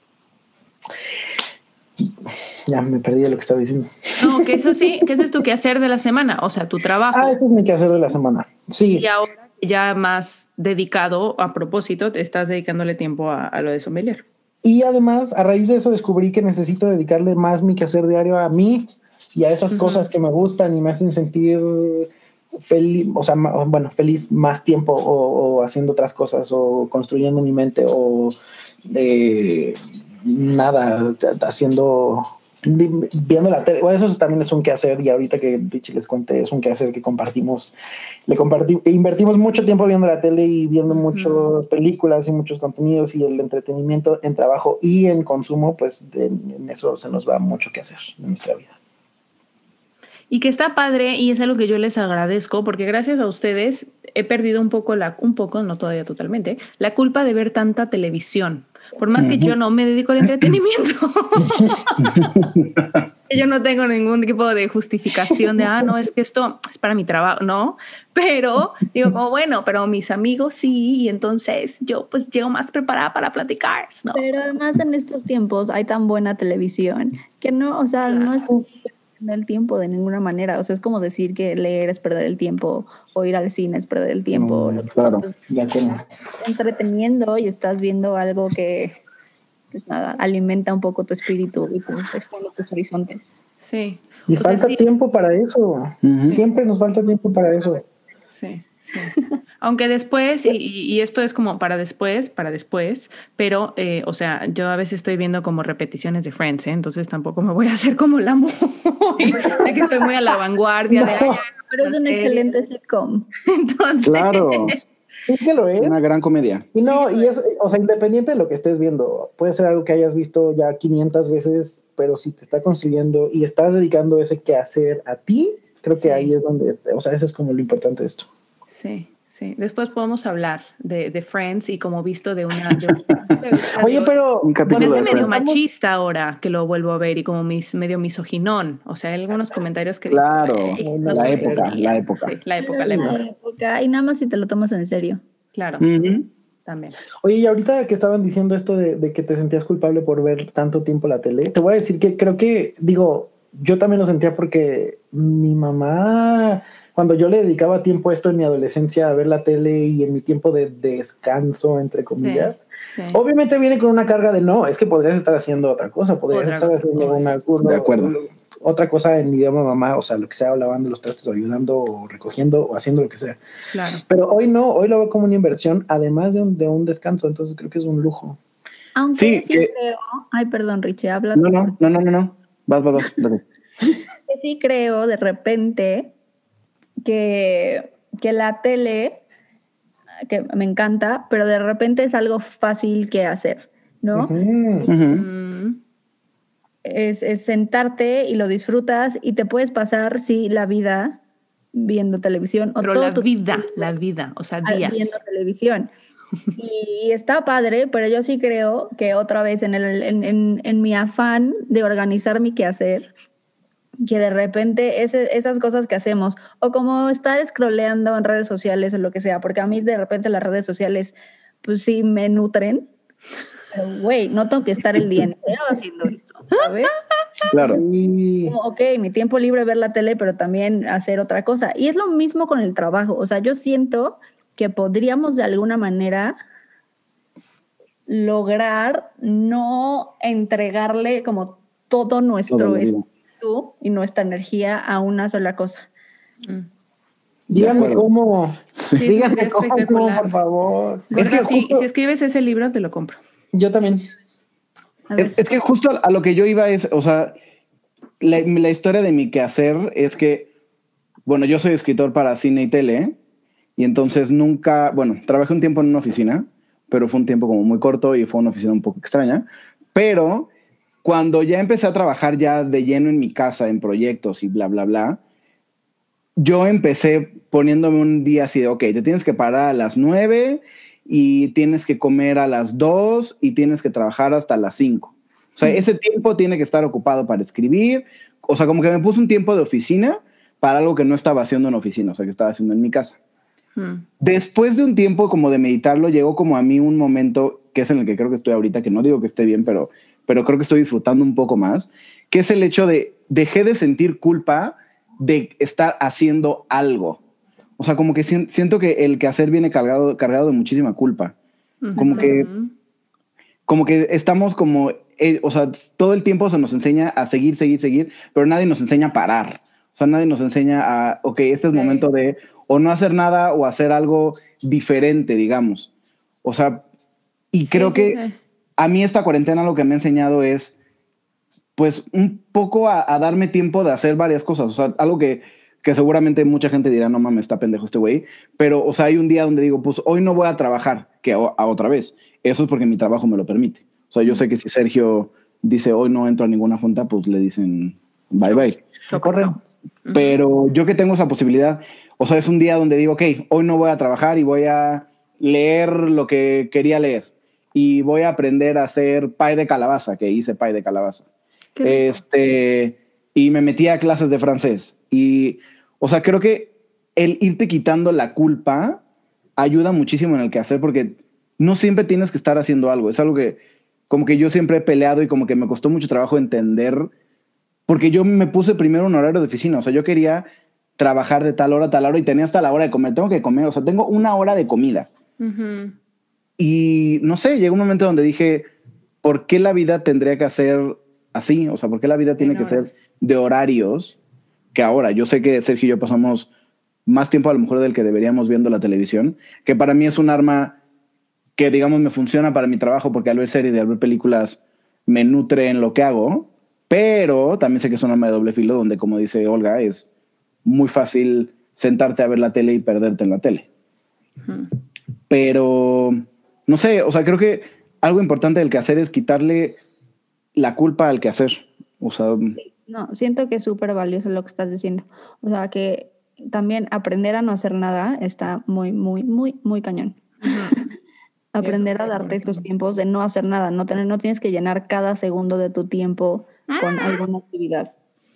Speaker 4: Ya me perdí de lo que estaba diciendo.
Speaker 3: No, que eso sí, que ese es tu quehacer de la semana, o sea, tu trabajo.
Speaker 4: Ah, ese es mi quehacer de la semana, sí.
Speaker 3: Y ahora ya más dedicado, a propósito, te estás dedicándole tiempo a, a lo de sommelier.
Speaker 4: Y además, a raíz de eso descubrí que necesito dedicarle más mi quehacer diario a mí y a esas uh-huh. cosas que me gustan y me hacen sentir feliz, o sea, bueno, feliz más tiempo o, o haciendo otras cosas o construyendo mi mente o eh, nada, haciendo... viendo la tele. Bueno, eso también es un quehacer y ahorita que Richie les cuente es un quehacer que compartimos le compartimos invertimos mucho tiempo viendo la tele y viendo uh-huh. muchas películas y muchos contenidos y el entretenimiento en trabajo y en consumo, pues de, en eso se nos va mucho que hacer en nuestra vida.
Speaker 3: Y que está padre y es algo que yo les agradezco porque gracias a ustedes he perdido un poco, la, un poco, no todavía totalmente, la culpa de ver tanta televisión. Por más que yo no me dedico al entretenimiento. Yo no tengo ningún tipo de justificación de, ah, no, es que esto es para mi trabajo, no. Pero digo como, bueno, pero mis amigos sí, y entonces yo pues llego más preparada para platicar, ¿no?
Speaker 2: Pero además en estos tiempos hay tan buena televisión que no, o sea, no es el tiempo de ninguna manera. O sea, es como decir que leer es perder el tiempo o ir al cine es perder el tiempo.
Speaker 5: Mm,
Speaker 2: lo que
Speaker 5: claro,
Speaker 2: estás
Speaker 4: de acuerdo.
Speaker 2: entreteniendo y estás viendo algo que, pues nada, alimenta un poco tu espíritu y pues expande tus horizontes.
Speaker 3: Sí.
Speaker 4: Y
Speaker 3: O
Speaker 4: falta
Speaker 3: sea, sí.
Speaker 4: tiempo para eso.
Speaker 5: Ujú.
Speaker 4: Siempre nos falta tiempo para eso.
Speaker 3: Sí, sí. Aunque después, y, y esto es como para después, para después, pero, eh, o sea, yo a veces estoy viendo como repeticiones de Friends, ¿eh? Entonces tampoco me voy a hacer como la muy, de que estoy muy a la vanguardia de, ay, ya,
Speaker 2: Pero es un
Speaker 3: serie.
Speaker 2: excelente sitcom.
Speaker 3: Entonces,
Speaker 5: Claro,
Speaker 4: Sí que lo es.
Speaker 5: una gran comedia.
Speaker 4: Y no,
Speaker 3: Sí,
Speaker 4: y es, o sea, independiente de lo que estés viendo, puede ser algo que hayas visto ya quinientas veces, pero si te está construyendo y estás dedicando ese quehacer a ti, creo que
Speaker 3: Sí.
Speaker 4: ahí es donde, o sea, eso es como lo importante de esto.
Speaker 3: sí, sí. Después podemos hablar de, de Friends y como visto de una... De una de vista
Speaker 4: Oye,
Speaker 3: de hoy.
Speaker 4: pero
Speaker 5: Un
Speaker 3: Me
Speaker 5: capítulo
Speaker 3: parece
Speaker 5: de
Speaker 3: medio
Speaker 5: Friends.
Speaker 3: machista ahora que lo vuelvo a ver y como mis, medio misoginón. O sea, hay algunos comentarios que...
Speaker 5: Claro,
Speaker 3: "Güey,
Speaker 4: la
Speaker 3: no se
Speaker 5: época,
Speaker 3: debería".
Speaker 5: la época.
Speaker 3: Sí, la época, la
Speaker 2: La
Speaker 3: época.
Speaker 2: época, y nada más si te lo tomas en serio.
Speaker 3: Claro,
Speaker 5: Ujú.
Speaker 3: también.
Speaker 4: Oye, y ahorita que estaban diciendo esto de, de que te sentías culpable por ver tanto tiempo la tele, te voy a decir que creo que, digo, yo también lo sentía porque mi mamá, cuando yo le dedicaba tiempo a esto en mi adolescencia, a ver la tele y en mi tiempo de descanso, entre comillas,
Speaker 3: Sí.
Speaker 4: obviamente viene con una carga de no, es que podrías estar haciendo otra cosa, podrías
Speaker 3: Otra
Speaker 4: estar
Speaker 3: cosa,
Speaker 4: haciendo
Speaker 3: obvio.
Speaker 4: una curva,
Speaker 5: De acuerdo.
Speaker 4: otra cosa en idioma mamá, o sea, lo que sea, o lavando los trastes o ayudando o recogiendo o haciendo lo que sea.
Speaker 3: Claro.
Speaker 4: Pero hoy no, hoy lo veo como una inversión, además de un, de un descanso, entonces creo que es un lujo.
Speaker 2: Aunque
Speaker 5: Sí,
Speaker 2: sí,
Speaker 5: que-
Speaker 2: creo... Ay, perdón, Richie, habla
Speaker 5: No,
Speaker 2: tú,
Speaker 5: no,
Speaker 2: porque
Speaker 5: no, no, no, no. Vas, vas, vas. dale.
Speaker 2: sí creo de repente que, que la tele, que me encanta, pero de repente es algo fácil que hacer, ¿no?
Speaker 4: Ujú.
Speaker 5: Ujú.
Speaker 3: Mm,
Speaker 2: Es, es sentarte y lo disfrutas y te puedes pasar, sí, la vida viendo televisión o
Speaker 3: pero
Speaker 2: todo
Speaker 3: la
Speaker 2: tu
Speaker 3: vida,
Speaker 2: tiempo
Speaker 3: la vida, o sea,
Speaker 2: al-
Speaker 3: días.
Speaker 2: viendo televisión. Y está padre, pero yo sí creo que otra vez en, el, en, en, en mi afán de organizar mi quehacer, que de repente ese, esas cosas que hacemos, o como estar scrolleando en redes sociales o lo que sea, porque a mí de repente las redes sociales, pues sí me nutren, pero güey, no tengo que estar el día entero haciendo esto, ¿sabes?
Speaker 5: Claro.
Speaker 4: Sí.
Speaker 2: Como, ok, mi tiempo libre ver la tele, pero también hacer otra cosa. Y es lo mismo con el trabajo. O sea, yo siento que podríamos de alguna manera lograr no entregarle como todo nuestro
Speaker 5: Toda la vida.
Speaker 2: espíritu y nuestra energía a una sola cosa.
Speaker 3: Mm.
Speaker 4: Díganme
Speaker 5: acuerdo.
Speaker 4: cómo,
Speaker 3: Sí,
Speaker 4: díganme
Speaker 3: sería
Speaker 4: cómo,
Speaker 3: espectacular.
Speaker 4: por favor.
Speaker 3: Gordo,
Speaker 4: Es que
Speaker 3: si,
Speaker 4: justo-
Speaker 3: si escribes ese libro, te lo compro.
Speaker 4: yo también.
Speaker 2: A
Speaker 5: Es,
Speaker 2: ver,
Speaker 5: es que justo a, a lo que yo iba es, o sea, la, la historia de mi quehacer es que, bueno, yo soy escritor para cine y tele, y entonces nunca, bueno, trabajé un tiempo en una oficina, pero fue un tiempo como muy corto y fue una oficina un poco extraña, pero cuando ya empecé a trabajar ya de lleno en mi casa, en proyectos y bla, bla, bla, yo empecé poniéndome un día así de, ok, te tienes que parar a las nueve y tienes que comer a las dos y tienes que trabajar hasta las cinco. O sea, mm. ese tiempo tiene que estar ocupado para escribir. O sea, como que me puse un tiempo de oficina para algo que no estaba haciendo en oficina, o sea, que estaba haciendo en mi casa. Mm. Después de un tiempo como de meditarlo, llegó como a mí un momento que es en el que creo que estoy ahorita, que no digo que esté bien, pero, pero creo que estoy disfrutando un poco más, que es el hecho de dejé de sentir culpa de estar haciendo algo. O sea, como que siento que el quehacer viene cargado, cargado de muchísima culpa. Uh-huh. Como que, como que estamos como, eh, o sea, todo el tiempo se nos enseña a seguir, seguir, seguir, pero nadie nos enseña a parar. O sea, nadie nos enseña a, ok, este es sí. momento de o no hacer nada o hacer algo diferente, digamos. O sea, y sí, creo sí, que sí. a mí esta cuarentena lo que me ha enseñado es pues un poco a, a darme tiempo de hacer varias cosas. O sea, algo que, que seguramente mucha gente dirá, no mames, está pendejo este güey. Pero, o sea, hay un día donde digo, pues hoy no voy a trabajar, que a, a otra vez. Eso es porque mi trabajo me lo permite. O sea, yo sé que si Sergio dice, hoy no entro a ninguna junta, pues le dicen, bye, bye.
Speaker 4: Lo corren.
Speaker 5: Pero yo que tengo esa posibilidad, o sea, es un día donde digo, ok, hoy no voy a trabajar y voy a leer lo que quería leer. y voy a aprender a hacer pie de calabaza, que hice pie de calabaza. Este, y me metí a clases de francés. Y, o sea, creo que el irte quitando la culpa ayuda muchísimo en el quehacer, porque no siempre tienes que estar haciendo algo. Es algo que como que yo siempre he peleado y como que me costó mucho trabajo entender, porque yo me puse primero un horario de oficina. O sea, yo quería trabajar de tal hora a tal hora y tenía hasta la hora de comer. Tengo que comer, o sea, tengo una hora de comida. Uh-huh. Y no sé, llegó un momento donde dije, ¿por qué la vida tendría que ser así? O sea, ¿por qué la vida tiene que ser de horarios? Que ahora, yo sé que Sergio y yo pasamos más tiempo a lo mejor del que deberíamos viendo la televisión, que para mí es un arma que, digamos, me funciona para mi trabajo, porque al ver series y al ver películas me nutre en lo que hago, pero también sé que es un arma de doble filo, donde, como dice Olga, es muy fácil sentarte a ver la tele y perderte en la tele. Uh-huh. Pero, no sé, o sea, creo que algo importante del quehacer es quitarle la culpa al quehacer. O sea,
Speaker 2: no, siento que es súper valioso lo que estás diciendo. O sea, que también aprender a no hacer nada está muy, muy, muy, muy cañón. Uh-huh. Aprender Eso, a darte estos tiempos de no hacer nada, no, tener, no tienes que llenar cada segundo de tu tiempo con alguna actividad.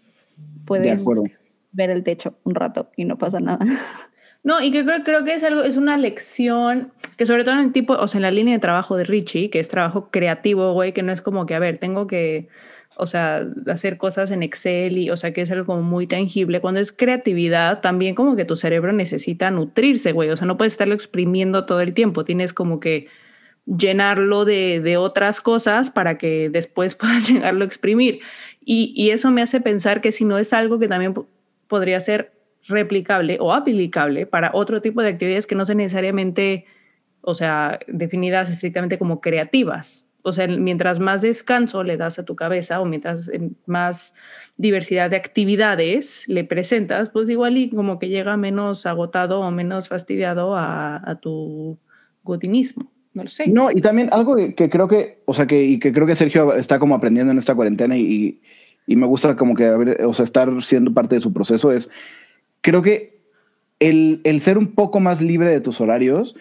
Speaker 2: Puedes ver el techo un rato y no pasa nada.
Speaker 3: No, y que creo, creo que es algo, es una lección que sobre todo en el tipo, o sea, en la línea de trabajo de Richie, que es trabajo creativo, güey, que no es como que, a ver, tengo que, o sea, hacer cosas en Excel y, o sea, que es algo como muy tangible. Cuando es creatividad, también como que tu cerebro necesita nutrirse, güey, o sea, no puedes estarlo exprimiendo todo el tiempo, tienes como que llenarlo de, de otras cosas para que después puedas llegarlo a exprimir. Y, y eso me hace pensar que si no es algo que también p- podría ser replicable o aplicable para otro tipo de actividades que no sean necesariamente, o sea, definidas estrictamente como creativas. O sea, mientras más descanso le das a tu cabeza o mientras más diversidad de actividades le presentas, pues igual y como que llega menos agotado o menos fastidiado a, a tu rutinismo. No lo sé.
Speaker 5: No, y también algo que, que creo que, o sea, que, y que creo que Sergio está como aprendiendo en esta cuarentena y, y me gusta como que, o sea, estar siendo parte de su proceso es, creo que el, el ser un poco más libre de tus horarios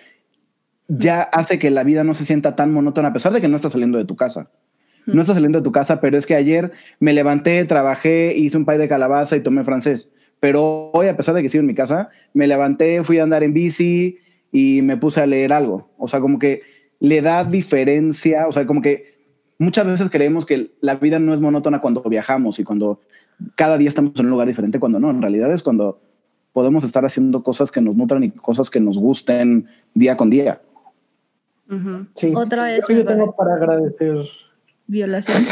Speaker 5: ya hace que la vida no se sienta tan monótona, a pesar de que no estás saliendo de tu casa. No estás saliendo de tu casa, pero es que ayer me levanté, trabajé, hice un pie de calabaza y tomé francés. Pero hoy, a pesar de que sigo en mi casa, me levanté, fui a andar en bici y me puse a leer algo. O sea, como que le da diferencia. O sea, como que muchas veces creemos que la vida no es monótona cuando viajamos y cuando cada día estamos en un lugar diferente, cuando no. En realidad es cuando podemos estar haciendo cosas que nos nutran y cosas que nos gusten día con día.
Speaker 4: Uh-huh. Sí,
Speaker 2: otra vez
Speaker 4: yo tengo para agradecer
Speaker 2: violación.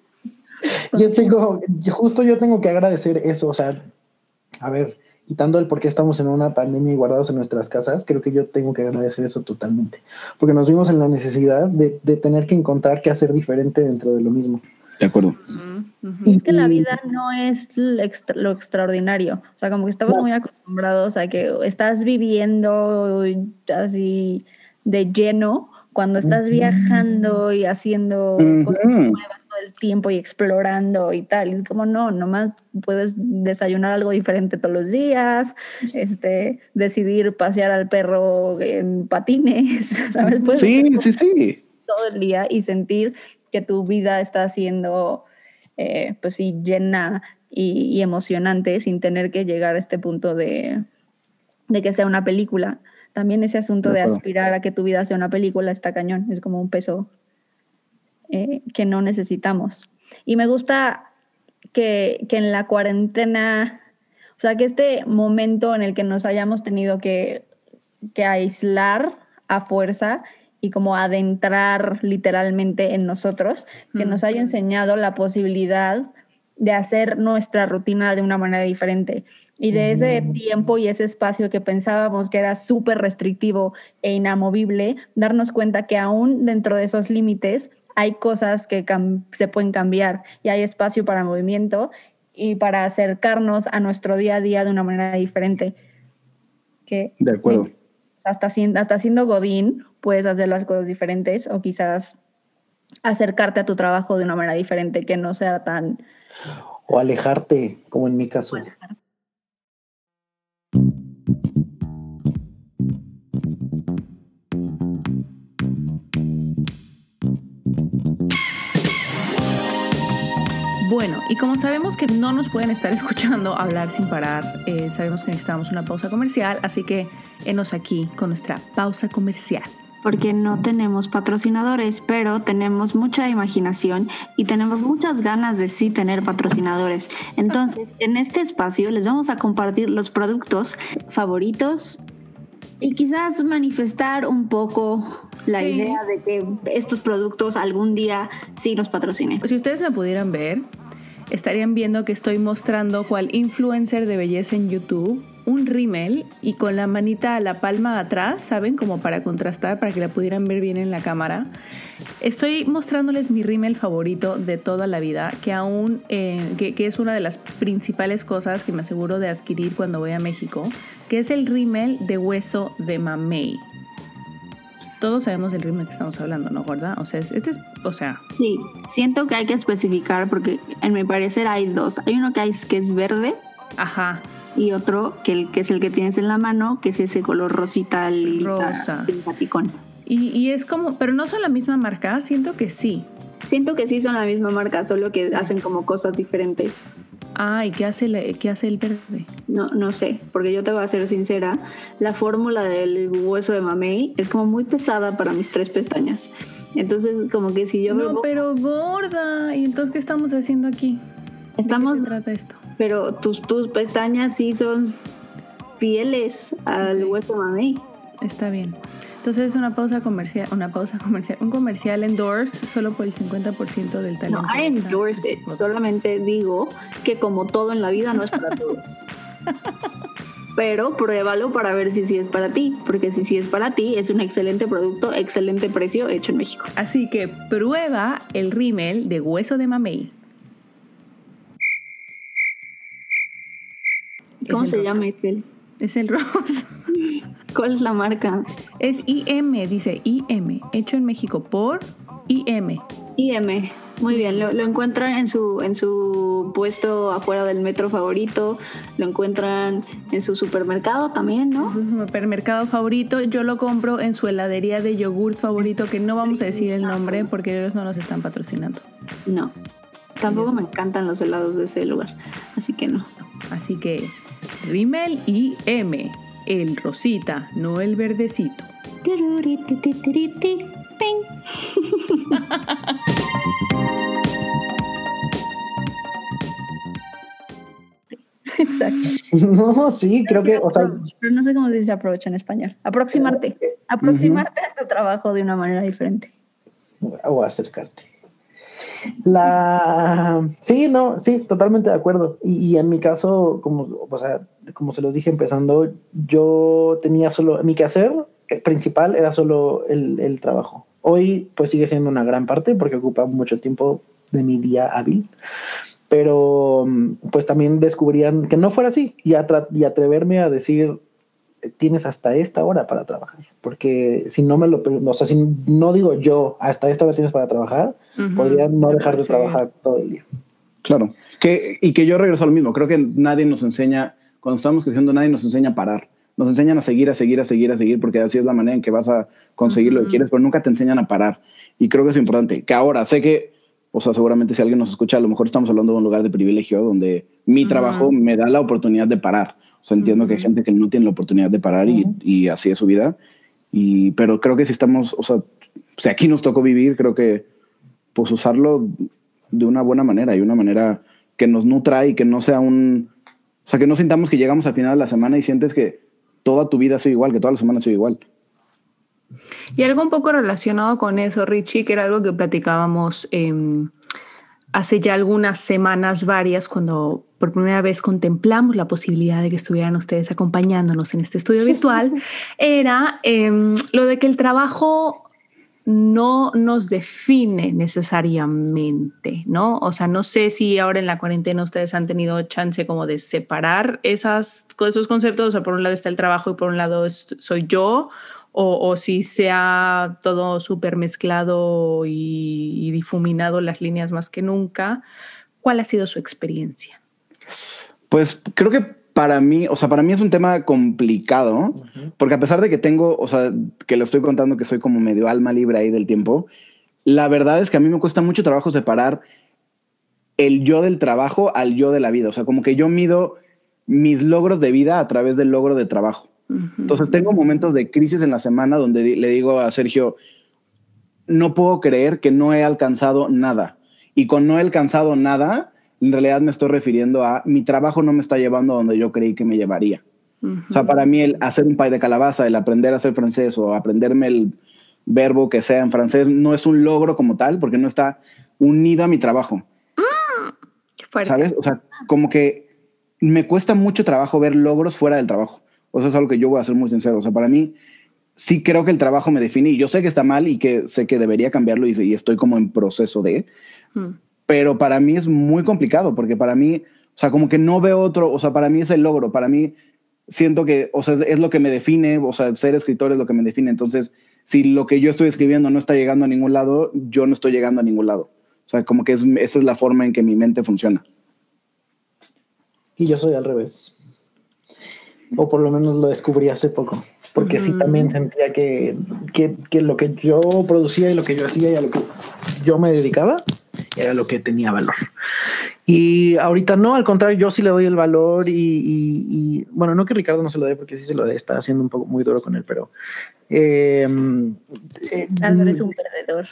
Speaker 4: yo tengo, yo, justo yo tengo que agradecer eso, o sea, a ver, quitando el por qué estamos en una pandemia y guardados en nuestras casas, creo que yo tengo que agradecer eso totalmente, porque nos vimos en la necesidad de, de tener que encontrar qué hacer diferente dentro de lo mismo.
Speaker 5: De acuerdo.
Speaker 2: Uh-huh, uh-huh. Y es que la vida no es lo, extra, lo extraordinario, o sea, como que estamos no. muy acostumbrados a que estás viviendo así de lleno cuando estás viajando y haciendo uh-huh. cosas nuevas todo el tiempo y explorando y tal. Es como, no, nomás puedes desayunar algo diferente todos los días, este, decidir pasear al perro en patines, ¿sabes? Puedes
Speaker 5: sí, sí, sí.
Speaker 2: todo el día y sentir que tu vida está siendo, eh, pues sí, llena y, y emocionante sin tener que llegar a este punto de, de que sea una película. También ese asunto de, de aspirar a que tu vida sea una película está cañón, es como un peso eh, que no necesitamos. Y me gusta que, que en la cuarentena, o sea, que este momento en el que nos hayamos tenido que, que aislar a fuerza y como adentrar literalmente en nosotros, que mm. nos haya enseñado la posibilidad de hacer nuestra rutina de una manera diferente. Y de ese tiempo y ese espacio que pensábamos que era súper restrictivo e inamovible, darnos cuenta que aún dentro de esos límites hay cosas que cam- se pueden cambiar y hay espacio para movimiento y para acercarnos a nuestro día a día de una manera diferente. Que,
Speaker 5: de acuerdo.
Speaker 2: Eh, hasta, hasta siendo godín puedes hacer las cosas diferentes o quizás acercarte a tu trabajo de una manera diferente que no sea tan...
Speaker 4: O alejarte, como en mi caso.
Speaker 3: Bueno, y como sabemos que no nos pueden estar escuchando hablar sin parar, eh, sabemos que necesitamos una pausa comercial, así que enos aquí con nuestra pausa comercial.
Speaker 2: Porque no tenemos patrocinadores, pero tenemos mucha imaginación y tenemos muchas ganas de sí tener patrocinadores. Entonces, en este espacio les vamos a compartir los productos favoritos y quizás manifestar un poco la sí. idea de que estos productos algún día sí nos patrocinen.
Speaker 3: Si ustedes me pudieran ver, estarían viendo que estoy mostrando cual influencer de belleza en YouTube un rímel y con la manita a la palma de atrás, ¿saben? Como para contrastar, para que la pudieran ver bien en la cámara. Estoy mostrándoles mi rímel favorito de toda la vida, que aún, eh, que, que es una de las principales cosas que me aseguro de adquirir cuando voy a México, que es el rímel de hueso de mamey. Todos sabemos del rímel que estamos hablando, ¿no, gorda? O sea, este es, o sea...
Speaker 2: Sí, siento que hay que especificar porque en mi parecer hay dos. Hay uno que, hay, que es verde.
Speaker 3: Ajá.
Speaker 2: Y otro que, el, que es el que tienes en la mano, que es ese color rosita,
Speaker 3: rosa,
Speaker 2: simpaticón.
Speaker 3: Y, y es como, pero no son la misma marca, siento que sí.
Speaker 2: Siento que sí son la misma marca, solo que hacen como cosas diferentes.
Speaker 3: Ah, ¿y qué hace, el, qué hace el verde?
Speaker 2: No, no sé, porque yo te voy a ser sincera, la fórmula del hueso de mamey es como muy pesada para mis tres pestañas. Entonces, como que si yo...
Speaker 3: No,
Speaker 2: me...
Speaker 3: pero gorda, ¿y entonces qué estamos haciendo aquí?
Speaker 2: Estamos...
Speaker 3: ¿De qué se trata esto?
Speaker 2: Pero tus, tus pestañas sí son fieles al okay. hueso de mamey.
Speaker 3: Está bien. Entonces es una pausa comercial, una pausa comercial, un comercial endorse solo por el cincuenta por ciento del talento.
Speaker 2: No, I endorse it. Solamente digo que como todo en la vida no es para todos. Pero pruébalo para ver si sí es para ti, porque si sí es para ti, es un excelente producto, excelente precio, hecho en México.
Speaker 3: Así que prueba el rímel de hueso de mamey.
Speaker 2: ¿Cómo se rosa. llama, Excel?
Speaker 3: Es el rosa.
Speaker 2: ¿Cuál es la marca?
Speaker 3: Es I M, dice I M, hecho en México por I M.
Speaker 2: I M, muy bien. Lo, lo encuentran en su, en su puesto afuera del metro favorito, lo encuentran en su supermercado también, ¿no?
Speaker 3: En su supermercado favorito. Yo lo compro en su heladería de yogurt favorito, que no vamos a decir el nombre porque ellos no nos están patrocinando.
Speaker 2: No, tampoco me encantan los helados de ese lugar, así que no.
Speaker 3: Así que rímel I M, el rosita, no el verdecito.
Speaker 2: Exacto.
Speaker 4: No, sí, creo que, o sea,
Speaker 2: pero no sé cómo se dice approach en español. Aproximarte. Aproximarte uh-huh. a tu trabajo de una manera diferente.
Speaker 4: O acercarte. La sí, no, sí, totalmente de acuerdo. Y, y en mi caso, como, o sea, como se los dije empezando, yo tenía solo, mi quehacer principal era solo el, el trabajo. Hoy, pues sigue siendo una gran parte porque ocupa mucho tiempo de mi día hábil. Pero, pues también descubrían que no fuera así y, atra- y atreverme a decir, tienes hasta esta hora para trabajar, porque si no me lo, o sea, si no digo yo hasta esta hora tienes para trabajar, uh-huh. podría no dejar de trabajar todo el día.
Speaker 5: Claro, que, y que yo regreso a lo mismo, creo que nadie nos enseña, cuando estamos creciendo nadie nos enseña a parar, nos enseñan a seguir, a seguir, a seguir, a seguir, porque así es la manera en que vas a conseguir uh-huh. lo que quieres, pero nunca te enseñan a parar, y creo que es importante, que ahora sé que, o sea, seguramente si alguien nos escucha, a lo mejor estamos hablando de un lugar de privilegio donde mi uh-huh. trabajo me da la oportunidad de parar. O sea, entiendo uh-huh. que hay gente que no tiene la oportunidad de parar uh-huh. y, y así es su vida. Y, pero creo que si estamos, o sea, si aquí nos tocó vivir, creo que pues usarlo de una buena manera y una manera que nos nutra y que no sea un... O sea, que no sintamos que llegamos al final de la semana y sientes que toda tu vida ha sido igual, que toda la semana ha sido igual.
Speaker 3: Y algo un poco relacionado con eso, Richie, que era algo que platicábamos eh, hace ya algunas semanas varias, cuando por primera vez contemplamos la posibilidad de que estuvieran ustedes acompañándonos en este estudio virtual, era eh, lo de que el trabajo no nos define necesariamente, ¿no? O sea, no sé si ahora en la cuarentena ustedes han tenido chance como de separar esas, esos conceptos. O sea, por un lado está el trabajo y por un lado es, soy yo, o, o si se ha todo súper mezclado y, y difuminado las líneas más que nunca. ¿Cuál ha sido su experiencia?
Speaker 5: Pues creo que para mí, o sea, para mí es un tema complicado, uh-huh. porque a pesar de que tengo, o sea, que lo estoy contando que soy como medio alma libre ahí del tiempo, la verdad es que a mí me cuesta mucho trabajo separar el yo del trabajo al yo de la vida. O sea, como que yo mido mis logros de vida a través del logro de trabajo. Uh-huh. Entonces tengo momentos de crisis en la semana donde le digo a Sergio, no puedo creer que no he alcanzado nada. Y con no he alcanzado nada, en realidad me estoy refiriendo a mi trabajo no me está llevando a donde yo creí que me llevaría. Uh-huh. O sea, para mí el hacer un pay de calabaza, el aprender a hacer francés o aprenderme el verbo que sea en francés no es un logro como tal porque no está unido a mi trabajo.
Speaker 3: Mm,
Speaker 5: ¿sabes? O sea, como que me cuesta mucho trabajo ver logros fuera del trabajo. O sea, es algo que yo voy a ser muy sincero. O sea, para mí sí creo que el trabajo me define y yo sé que está mal y que sé que debería cambiarlo y, y estoy como en proceso de... Mm. Pero para mí es muy complicado porque para mí, o sea, como que no veo otro, o sea, para mí es el logro, para mí siento que, o sea, es lo que me define, o sea, ser escritor es lo que me define. Entonces, si lo que yo estoy escribiendo no está llegando a ningún lado, yo no estoy llegando a ningún lado. O sea, como que es, esa es la forma en que mi mente funciona.
Speaker 4: Y yo soy al revés. O por lo menos lo descubrí hace poco. Porque uh-huh. sí también sentía que, que, que lo que yo producía y lo que yo hacía y a lo que yo me dedicaba era lo que tenía valor. Y ahorita no, al contrario, yo sí le doy el valor y, y, y bueno, no que Ricardo no se lo dé porque sí se lo dé, está haciendo un poco muy duro con él, pero... Eh,
Speaker 2: eh, Álvaro es un perdedor.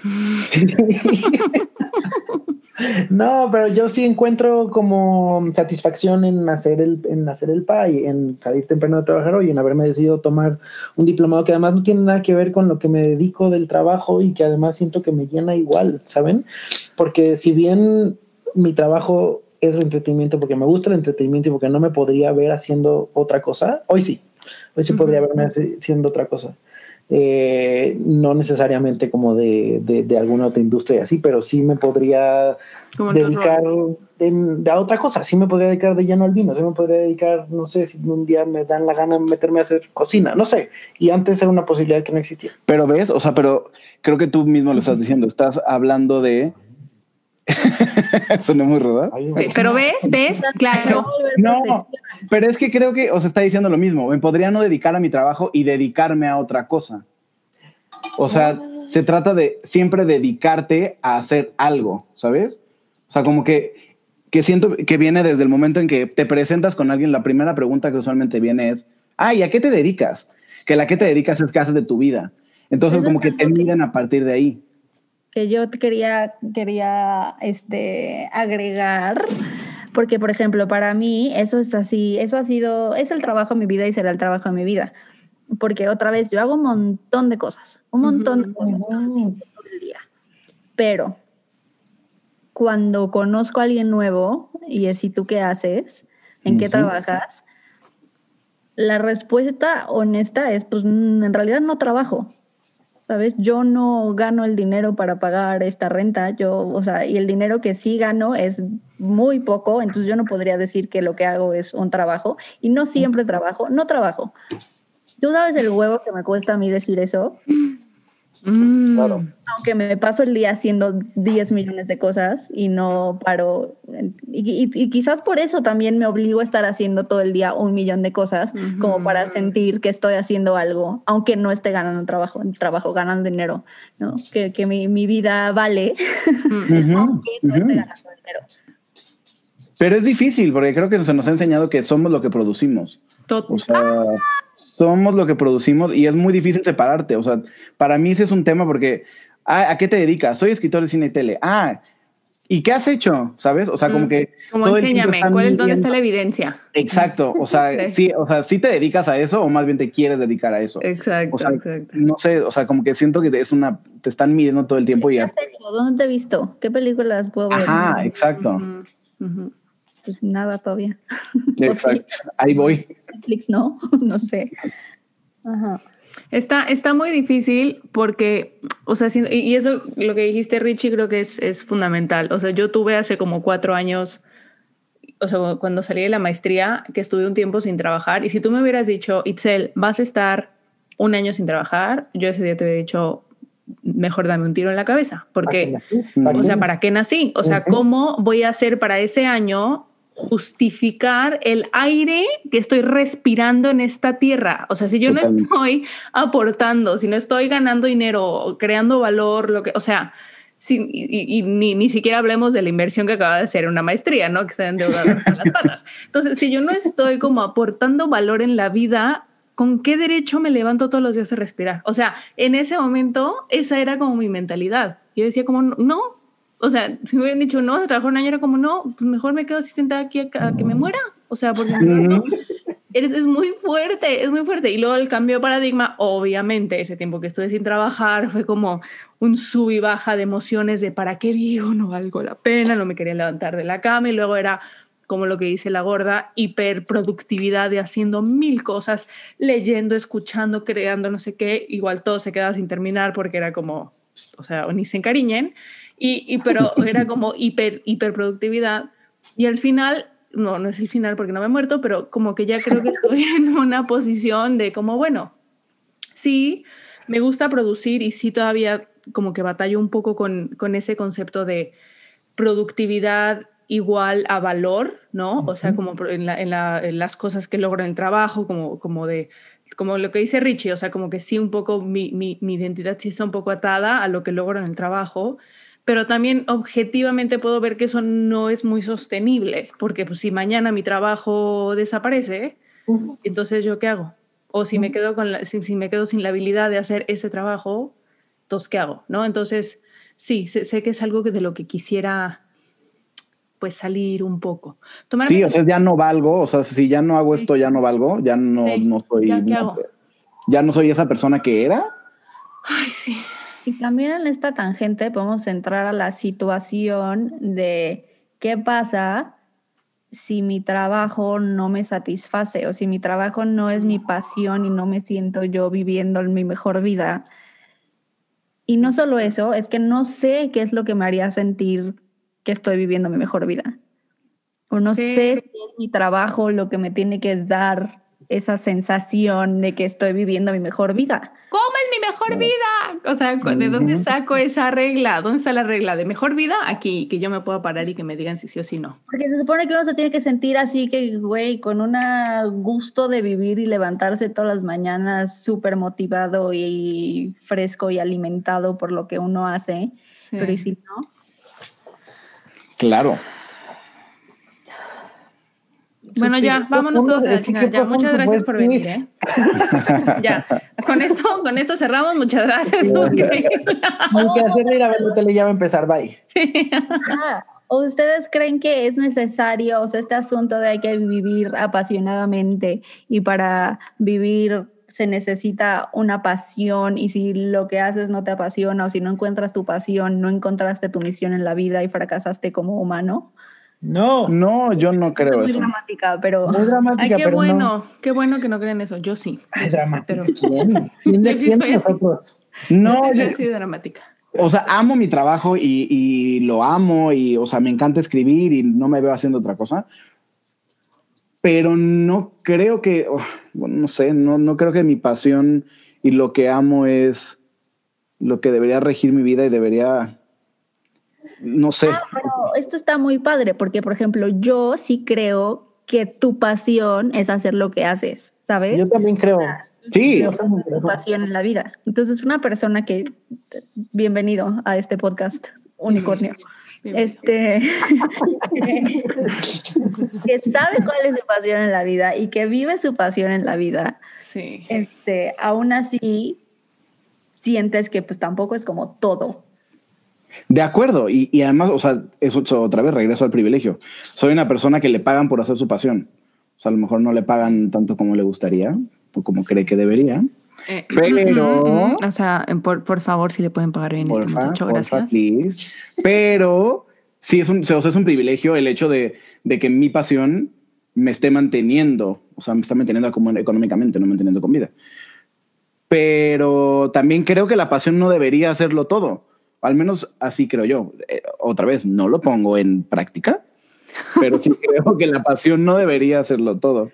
Speaker 4: No, pero yo sí encuentro como satisfacción en hacer el, en hacer el pay, en salir temprano de trabajar hoy, en haberme decidido tomar un diplomado que además no tiene nada que ver con lo que me dedico del trabajo y que además siento que me llena igual, ¿saben? Porque si bien mi trabajo es entretenimiento, porque me gusta el entretenimiento y porque no me podría ver haciendo otra cosa, hoy sí, hoy sí uh-huh. podría verme haciendo otra cosa. Eh, no necesariamente como de, de, de alguna otra industria así, pero sí me podría dedicar en, a otra cosa, sí me podría dedicar de lleno al vino, sí me podría dedicar, no sé, si un día me dan la gana de meterme a hacer cocina, no sé, y antes era una posibilidad que no existía.
Speaker 5: Pero ves, o sea, pero creo que tú mismo lo estás diciendo, estás hablando de... Sonó muy ruda.
Speaker 3: Pero ves, ves, claro.
Speaker 5: No, pero es que creo que os está diciendo lo mismo. Me podría no dedicar a mi trabajo y dedicarme a otra cosa. O sea, se trata de siempre dedicarte a hacer algo, ¿sabes? O sea, como que, que siento que viene desde el momento en que te presentas con alguien. La primera pregunta que usualmente viene es, ay, ¿a qué te dedicas? Que la que te dedicas es que haces de tu vida. Entonces, como que te miden a partir de ahí.
Speaker 2: Que yo quería, quería este, agregar, porque por ejemplo, para mí eso es así, eso ha sido, es el trabajo de mi vida y será el trabajo de mi vida, porque otra vez yo hago un montón de cosas, un montón uh-huh. de cosas todo el, tiempo, todo el día, pero cuando conozco a alguien nuevo y es ¿y tú qué haces? ¿En uh-huh. qué trabajas? La respuesta honesta es pues en realidad no trabajo. ¿Sabes? Yo no gano el dinero para pagar esta renta, yo, o sea, y el dinero que sí gano es muy poco, entonces yo no podría decir que lo que hago es un trabajo, y no siempre trabajo, no trabajo. ¿Tú sabes el huevo que me cuesta a mí decir eso? Mm. Claro. Aunque me paso el día haciendo diez millones de cosas y no paro, y, y, y quizás por eso también me obligo a estar haciendo todo el día un millón de cosas, uh-huh. como para sentir que estoy haciendo algo, aunque no esté ganando trabajo, trabajo ganando dinero, ¿no? Que, que mi, mi vida vale, uh-huh. aunque no uh-huh. esté ganando dinero.
Speaker 5: Pero es difícil, porque creo que se nos ha enseñado que somos lo que producimos.
Speaker 3: Total.
Speaker 5: O sea, somos lo que producimos y es muy difícil separarte. O sea, para mí ese es un tema porque, ah, ¿a qué te dedicas? Soy escritor de cine y tele. Ah, ¿y qué has hecho? ¿Sabes? O sea, como que...
Speaker 3: Como todo enséñame, ¿cuál es, ¿dónde está la evidencia?
Speaker 5: Exacto. O sea, sí, o sea, ¿sí te dedicas a eso o más bien te quieres dedicar a eso?
Speaker 3: Exacto,
Speaker 5: o sea,
Speaker 3: exacto.
Speaker 5: No sé, o sea, como que siento que es una... Te están midiendo todo el tiempo y...
Speaker 2: ¿Qué has hecho? ¿Dónde te he visto? ¿Qué películas puedo ver?
Speaker 5: Ajá, exacto.
Speaker 2: Uh-huh. Uh-huh. Pues nada todavía.
Speaker 5: Exacto. Sí. Ahí voy.
Speaker 2: Netflix, ¿no? No sé. Ajá.
Speaker 3: Está, está muy difícil porque, o sea, y eso, lo que dijiste, Richie, creo que es, es fundamental. O sea, yo tuve hace como cuatro años, o sea, cuando salí de la maestría, que estuve un tiempo sin trabajar, y si tú me hubieras dicho, Itzel, vas a estar un año sin trabajar, yo ese día te hubiera dicho, mejor dame un tiro en la cabeza, porque, o sea, ¿para qué nací? O sea, ¿cómo voy a hacer para ese año justificar el aire que estoy respirando en esta tierra? O sea, si yo Totalmente. no estoy aportando, si no estoy ganando dinero, creando valor, lo que, o sea, sin, y, y ni, ni siquiera hablemos de la inversión que acaba de hacer en una maestría, ¿no? Que está endeudada hasta las patas. Entonces, si yo no estoy como aportando valor en la vida, ¿con qué derecho me levanto todos los días a respirar? O sea, en ese momento, esa era como mi mentalidad. Yo decía como, no, o sea, si me hubieran dicho, no, vas a trabajar un año, era como, no, pues mejor me quedo así sentada aquí a, a que me muera. O sea, porque no, es, es muy fuerte, es muy fuerte. Y luego el cambio de paradigma, obviamente, ese tiempo que estuve sin trabajar, fue como un sub y baja de emociones de ¿para qué vivo? No valgo la pena, no me quería levantar de la cama. Y luego era como lo que dice la gorda, hiperproductividad de haciendo mil cosas, leyendo, escuchando, creando, no sé qué. Igual todo se quedaba sin terminar porque era como, o sea, ni se encariñen. Y, y pero era como hiper, hiperproductividad. Y al final, no, no es el final porque no me he muerto, pero como que ya creo que estoy en una posición de como, bueno, sí, me gusta producir y sí todavía como que batallo un poco con, con ese concepto de productividad igual a valor, ¿no? O sea, como en, la, en, la, en las cosas que logro en el trabajo, como, como, de, como lo que dice Richie, o sea, como que sí un poco mi, mi, mi identidad sí está un poco atada a lo que logro en el trabajo, pero también objetivamente puedo ver que eso no es muy sostenible, porque pues, si mañana mi trabajo desaparece, uh-huh. entonces ¿yo qué hago? O si, uh-huh. me quedo con la, si, si me quedo sin la habilidad de hacer ese trabajo, entonces ¿qué hago? ¿No? Entonces, sí, sé, sé que es algo que de lo que quisiera pues salir un poco.
Speaker 5: Tomarme sí, o sea, ya no valgo, o sea, si ya no hago esto, ya no valgo, ya no, sí. no soy...
Speaker 3: ¿Ya qué
Speaker 5: no,
Speaker 3: hago?
Speaker 5: Ya no soy esa persona que era.
Speaker 3: Ay, sí.
Speaker 2: Y también en esta tangente podemos entrar a la situación de qué pasa si mi trabajo no me satisface o si mi trabajo no es mi pasión y no me siento yo viviendo mi mejor vida. Y no solo eso, es que no sé qué es lo que me haría sentir que estoy viviendo mi mejor vida. O no sí. sé si es mi trabajo lo que me tiene que dar esa sensación de que estoy viviendo mi mejor vida.
Speaker 3: ¿Cómo es mi mejor vida? O sea, ¿de dónde saco esa regla? ¿Dónde está la regla de mejor vida? Aquí, que yo me pueda parar y que me digan si sí o si no.
Speaker 2: Porque se supone que uno se tiene que sentir así que, güey, con un gusto de vivir y levantarse todas las mañanas súper motivado y fresco y alimentado por lo que uno hace. Sí. Pero ¿y si no?
Speaker 5: Claro.
Speaker 3: Bueno, ya, vámonos todos a la chingada. Ya, muchas gracias por venir, ¿eh? Ya, con esto, con esto cerramos. Muchas gracias.
Speaker 4: Sí, hay que hacer ir a ver la tele, ya va a empezar. Bye.
Speaker 2: Sí. Ah, ¿o ustedes creen que es necesario, o sea, este asunto de hay que vivir apasionadamente y para vivir se necesita una pasión y si lo que haces no te apasiona o si no encuentras tu pasión, no encontraste tu misión en la vida y fracasaste como humano?
Speaker 5: No, no, yo no creo
Speaker 2: muy
Speaker 5: eso.
Speaker 2: Muy dramática, pero...
Speaker 4: Muy dramática,
Speaker 3: Ay, qué
Speaker 4: pero
Speaker 3: bueno,
Speaker 4: no.
Speaker 3: qué bueno que no creen eso. Yo sí.
Speaker 4: Ay, dramática.
Speaker 3: Pero...
Speaker 4: ¿Quién? ¿Quién de quién de nosotros?
Speaker 5: No,
Speaker 3: yo sí
Speaker 5: yo...
Speaker 3: soy dramática.
Speaker 5: O sea, amo mi trabajo y, y lo amo y, o sea, me encanta escribir y no me veo haciendo otra cosa. Pero no creo que, oh, bueno, no sé, no, no creo que mi pasión y lo que amo es lo que debería regir mi vida y debería, no sé.
Speaker 2: Ah, pero esto está muy padre porque, por ejemplo, yo sí creo que tu pasión es hacer lo que haces, ¿sabes?
Speaker 4: Yo también creo.
Speaker 5: Sí.
Speaker 2: Tu pasión en la vida. Entonces, una persona que, bienvenido a este podcast, Unicornio. Este que, que sabe cuál es su pasión en la vida y que vive su pasión en la vida,
Speaker 3: sí.
Speaker 2: este, aún así sientes que pues tampoco es como todo.
Speaker 5: De acuerdo, y, y además, o sea, eso otra vez regreso al privilegio. Soy una persona que le pagan por hacer su pasión. O sea, a lo mejor no le pagan tanto como le gustaría o como cree que debería.
Speaker 3: Eh,
Speaker 5: pero...
Speaker 3: Mm, mm, o sea, por, por favor, si le pueden pagar bien
Speaker 5: porfa,
Speaker 3: este muchacho,
Speaker 5: porfa,
Speaker 3: gracias.
Speaker 5: Please. Pero sí es un, o sea, es un privilegio el hecho de, de que mi pasión me esté manteniendo, o sea, me está manteniendo económicamente, no manteniendo con vida. Pero también creo que la pasión no debería hacerlo todo. Al menos así creo yo. Eh, otra vez, no lo pongo en práctica, pero sí creo que la pasión no debería hacerlo todo.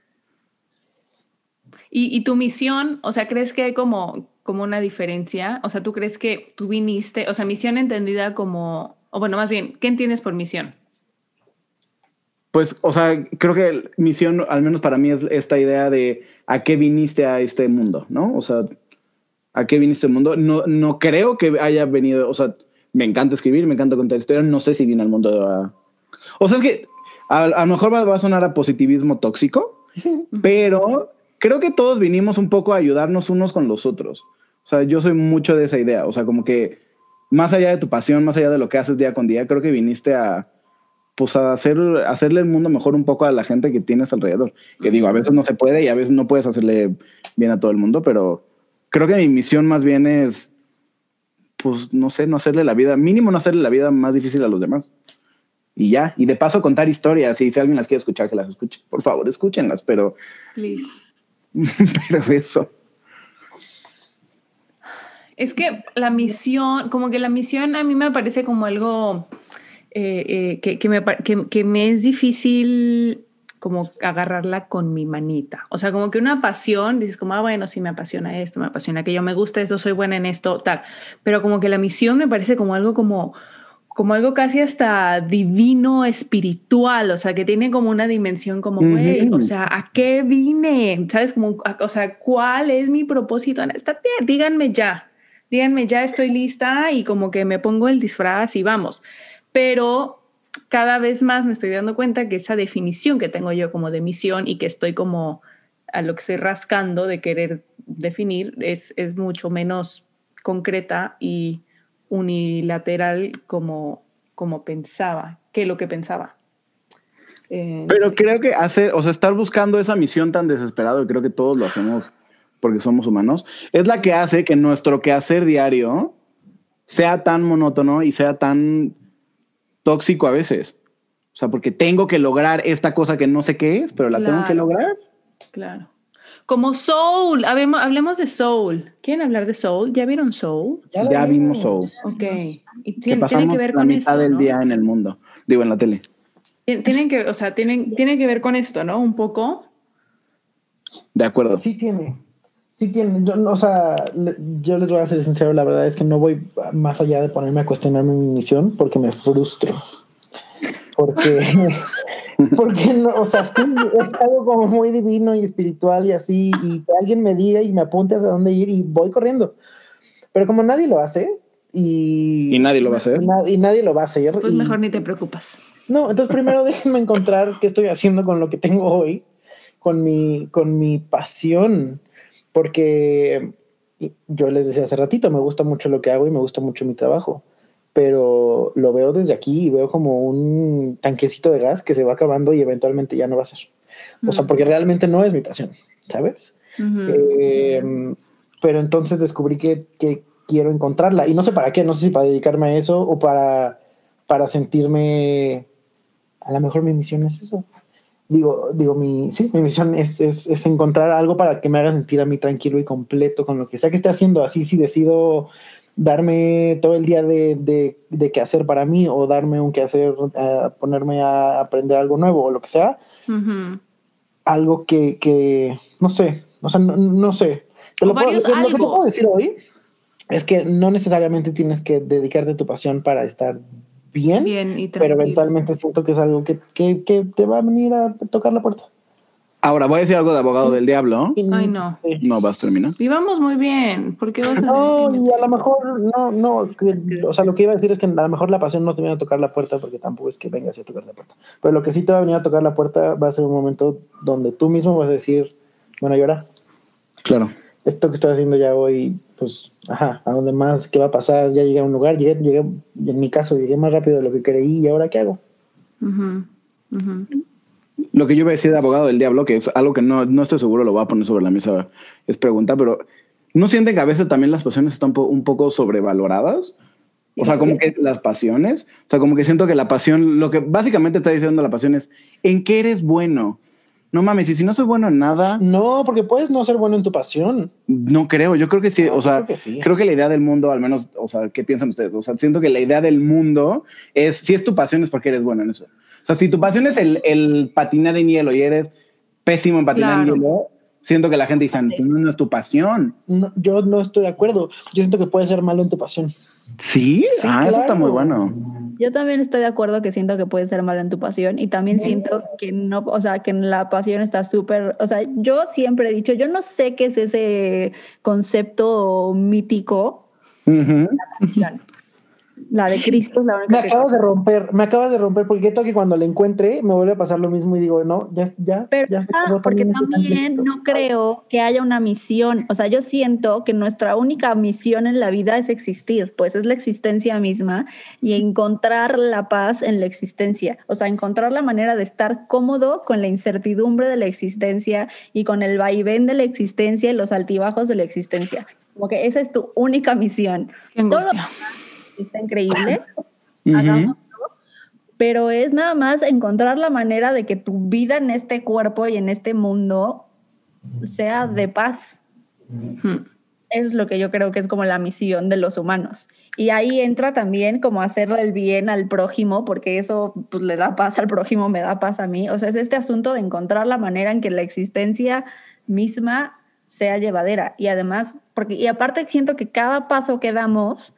Speaker 3: ¿Y, y tu misión, o sea, crees que hay como, como una diferencia? O sea, ¿tú crees que tú viniste, o sea, misión entendida como, o bueno, más bien, ¿qué entiendes por misión?
Speaker 5: Pues, o sea, creo que misión, al menos para mí, es esta idea de a qué viniste a este mundo, ¿no? O sea, ¿a qué viniste al mundo? No, no creo que haya venido, o sea, me encanta escribir, me encanta contar historias, no sé si vine al mundo de... A... O sea, es que a, a lo mejor va, va a sonar a positivismo tóxico, sí. Pero creo que todos vinimos un poco a ayudarnos unos con los otros. O sea, yo soy mucho de esa idea. O sea, como que más allá de tu pasión, más allá de lo que haces día con día, creo que viniste a, pues a hacer, a hacerle el mundo mejor un poco a la gente que tienes alrededor. Que digo, a veces no se puede y a veces no puedes hacerle bien a todo el mundo, pero creo que mi misión más bien es, pues, no sé, no hacerle la vida, mínimo no hacerle la vida más difícil a los demás. Y ya, y de paso contar historias, y si alguien las quiere escuchar, que las escuche. Por favor, escúchenlas, pero... Please. Pero eso.
Speaker 3: Es que la misión, como que la misión a mí me parece como algo eh, eh, que, que, me, que, que me es difícil como agarrarla con mi manita. O sea, como que una pasión, dices como, ah, bueno, sí me apasiona esto, me apasiona aquello, me gusta esto, soy buena en esto, tal. Pero como que la misión me parece como algo como... como algo casi hasta divino, espiritual, o sea, que tiene como una dimensión como, güey, uh-huh. O sea, ¿a qué vine? ¿Sabes? Como, o sea, ¿cuál es mi propósito en esta tierra? Díganme ya, díganme ya, estoy lista y como que me pongo el disfraz y vamos. Pero cada vez más me estoy dando cuenta que esa definición que tengo yo como de misión y que estoy como a lo que estoy rascando de querer definir es, es mucho menos concreta y unilateral como, como pensaba, que lo que pensaba.
Speaker 5: Eh, Pero sí. Creo que hacer, o sea, estar buscando esa misión tan desesperado, y creo que todos lo hacemos porque somos humanos, es la que hace que nuestro quehacer diario sea tan monótono y sea tan tóxico a veces. O sea, porque tengo que lograr esta cosa que no sé qué es, pero la claro, tengo que lograr.
Speaker 3: Claro. Como Soul, hablemos, hablemos de Soul. ¿Quieren hablar de Soul? ¿Ya vieron Soul?
Speaker 5: Ya, ya vimos Soul.
Speaker 3: Ok. Y
Speaker 5: tiene que, tiene que ver con la mitad esto, del ¿no? día en el mundo. Digo, en la tele.
Speaker 3: Tienen que, o sea, tienen, tiene que ver con esto, ¿no? Un poco.
Speaker 5: De acuerdo.
Speaker 4: Sí tiene. Sí tiene. Yo, o sea, yo les voy a ser sincero, la verdad es que no voy más allá de ponerme a cuestionarme mi misión porque me frustro. Porque... Porque, no, o sea, sí, es algo como muy divino y espiritual y así, y que alguien me diga y me apunte hacia dónde ir y voy corriendo. Pero como nadie lo hace y...
Speaker 5: Y nadie lo va a hacer.
Speaker 4: Y, na- y nadie lo va a hacer.
Speaker 3: Pues
Speaker 4: y,
Speaker 3: mejor ni te preocupas.
Speaker 4: No, entonces primero déjenme encontrar qué estoy haciendo con lo que tengo hoy, con mi, con mi pasión, porque yo les decía hace ratito, me gusta mucho lo que hago y me gusta mucho mi trabajo. Pero lo veo desde aquí y veo como un tanquecito de gas que se va acabando y eventualmente ya no va a ser. O uh-huh. sea, porque realmente no es mi pasión, ¿sabes? Uh-huh. Eh, pero entonces descubrí que, que quiero encontrarla y no sé para qué, no sé si para dedicarme a eso o para, para sentirme, a lo mejor mi misión es eso. Digo, digo mi, sí, mi misión es, es, es encontrar algo para que me haga sentir a mí tranquilo y completo con lo que sea que esté haciendo. Así si decido darme todo el día de, de, de qué hacer para mí o darme un qué hacer, uh, ponerme a aprender algo nuevo o lo que sea. Uh-huh. Algo que, que, no sé, o sea, no, no sé. Te lo, puedo, lo, lo que te puedo decir hoy es que no necesariamente tienes que dedicarte a tu pasión para estar bien,
Speaker 3: bien y
Speaker 4: pero eventualmente siento que es algo que, que, que te va a venir a tocar la puerta.
Speaker 5: Ahora, voy a decir algo de abogado del diablo.
Speaker 3: Ay, no.
Speaker 5: Sí. No vas a terminar.
Speaker 3: Y vamos muy bien. ¿Por qué vas a
Speaker 4: No, y a lo mejor, no, no. Que, o sea, lo que iba a decir es que a lo mejor la pasión no te viene a tocar la puerta porque tampoco es que vengas a tocar la puerta. Pero lo que sí te va a venir a tocar la puerta va a ser un momento donde tú mismo vas a decir, bueno, ¿y ahora?
Speaker 5: Claro.
Speaker 4: Esto que estoy haciendo ya hoy, pues, ajá, ¿a dónde más? ¿Qué va a pasar? Ya llegué a un lugar, llegué, llegué, en mi caso, llegué más rápido de lo que creí, ¿y ahora qué hago?
Speaker 3: Uh-huh. Uh-huh.
Speaker 5: Lo que yo iba a decir de abogado del diablo, que es algo que no, no estoy seguro, lo voy a poner sobre la mesa, es pregunta, pero ¿no sienten que a veces también las pasiones están un poco sobrevaloradas? O sea, como que las pasiones, o sea, como que siento que la pasión, lo que básicamente está diciendo la pasión es, ¿en qué eres bueno? No mames, y si no soy bueno en nada...
Speaker 4: No, porque puedes no ser bueno en tu pasión.
Speaker 5: No creo, yo creo que sí, no, o sea, creo que, sí. creo que la idea del mundo, al menos, o sea, ¿qué piensan ustedes? O sea, siento que la idea del mundo es, si es tu pasión es porque eres bueno en eso. O sea, si tu pasión es el, el patinar en hielo y eres pésimo en patinar claro. en hielo, siento que la gente dice, no, no es tu pasión.
Speaker 4: No, yo no estoy de acuerdo, yo siento que puedes ser malo en tu pasión.
Speaker 5: ¿Sí? sí ah, claro. Eso está muy bueno.
Speaker 2: Yo también estoy de acuerdo que siento que puedes ser malo en tu pasión y también siento que no, o sea, que en la pasión está súper, o sea, yo siempre he dicho, yo no sé qué es ese concepto mítico
Speaker 5: uh-huh.
Speaker 2: de la pasión. La de Cristo es la única
Speaker 4: Me
Speaker 2: que
Speaker 4: acabas de romper, me acabas de romper, porque creo que cuando la encuentre me vuelve a pasar lo mismo y digo, no, ya, ya,
Speaker 2: Pero
Speaker 4: ya se
Speaker 2: ah,
Speaker 4: acabó
Speaker 2: porque
Speaker 4: también ese
Speaker 2: también
Speaker 4: tanquecito.
Speaker 2: no creo que haya una misión. O sea, yo siento que nuestra única misión en la vida es existir, pues es la existencia misma y encontrar la paz en la existencia. O sea, encontrar la manera de estar cómodo con la incertidumbre de la existencia y con el vaivén de la existencia y los altibajos de la existencia. Como que esa es tu única misión.
Speaker 1: Qué
Speaker 2: Todo lo
Speaker 1: angustia.
Speaker 2: demás está increíble,
Speaker 5: Ujú.
Speaker 2: hagámoslo, pero es nada más encontrar la manera de que tu vida en este cuerpo y en este mundo sea de paz.
Speaker 1: Hmm.
Speaker 2: Es lo que yo creo que es como la misión de los humanos. Y ahí entra también como hacerle el bien al prójimo, porque eso pues, le da paz al prójimo, me da paz a mí. O sea, es este asunto de encontrar la manera en que la existencia misma sea llevadera. Y además, porque, y aparte siento que cada paso que damos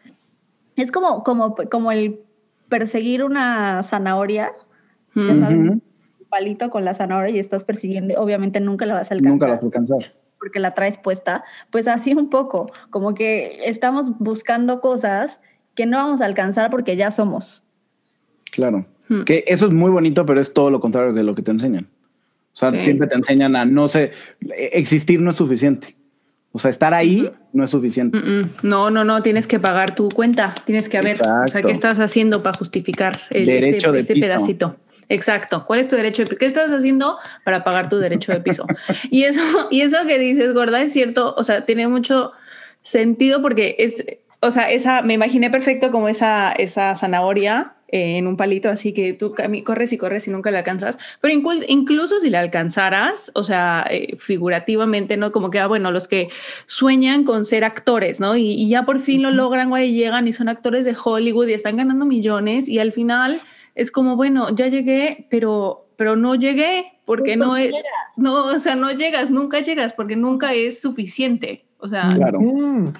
Speaker 2: es como, como, como el perseguir una zanahoria, ya
Speaker 1: Hmm.
Speaker 2: sabes,
Speaker 5: Ujú.
Speaker 2: un palito con la zanahoria y estás persiguiendo, obviamente nunca la vas a alcanzar
Speaker 5: Nunca la vas a alcanzar.
Speaker 2: porque la traes puesta, pues así un poco, como que estamos buscando cosas que no vamos a alcanzar porque ya somos.
Speaker 5: Claro.
Speaker 1: Hmm.
Speaker 5: Que eso es muy bonito, pero es todo lo contrario de lo que te enseñan. O sea,
Speaker 1: Sí.
Speaker 5: siempre te enseñan a no sé, existir no es suficiente. O sea, estar ahí
Speaker 1: Ujú.
Speaker 5: no es suficiente.
Speaker 1: Mm-mm. No, no, no, tienes que pagar tu cuenta, tienes que ver,
Speaker 5: Exacto.
Speaker 1: o sea, ¿qué estás haciendo para justificar el,
Speaker 5: Derecho
Speaker 1: este,
Speaker 5: de
Speaker 1: este
Speaker 5: piso.
Speaker 1: pedacito? Exacto. ¿Cuál es tu derecho de piso? ¿Qué estás haciendo para pagar tu derecho de piso? Y eso, y eso que dices, gorda, es cierto, o sea, tiene mucho sentido porque es, o sea, esa, me imaginé perfecto como esa, esa zanahoria eh, en un palito, así que tú cami- corres y corres y nunca la alcanzas, pero inclu- incluso si la alcanzaras, o sea, eh, figurativamente, ¿no? Como que, ah, bueno, los que sueñan con ser actores, ¿no? Y, y ya por fin lo logran, güey, llegan y son actores de Hollywood y están ganando millones y al final es como, bueno, ya llegué, pero, pero no llegué porque
Speaker 2: Pues
Speaker 1: no
Speaker 2: porque
Speaker 1: es,
Speaker 2: llegas.
Speaker 1: no, o sea, no llegas, nunca llegas porque nunca es suficiente. O sea,
Speaker 5: Claro.
Speaker 4: Mm.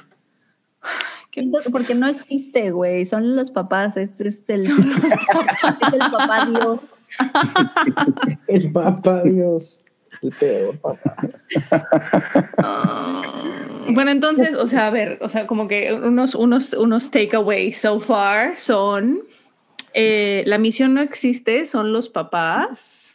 Speaker 1: qué
Speaker 2: Siento que
Speaker 1: angustia.
Speaker 2: porque no existe, güey, son los papás, es, es el,
Speaker 1: Son los papás.
Speaker 2: es el papá Dios.
Speaker 4: El papá Dios, el peor papá.
Speaker 1: Ah, bueno, entonces, o sea, a ver, o sea, como que unos, unos, unos takeaways so far son eh, la misión no existe, son los papás.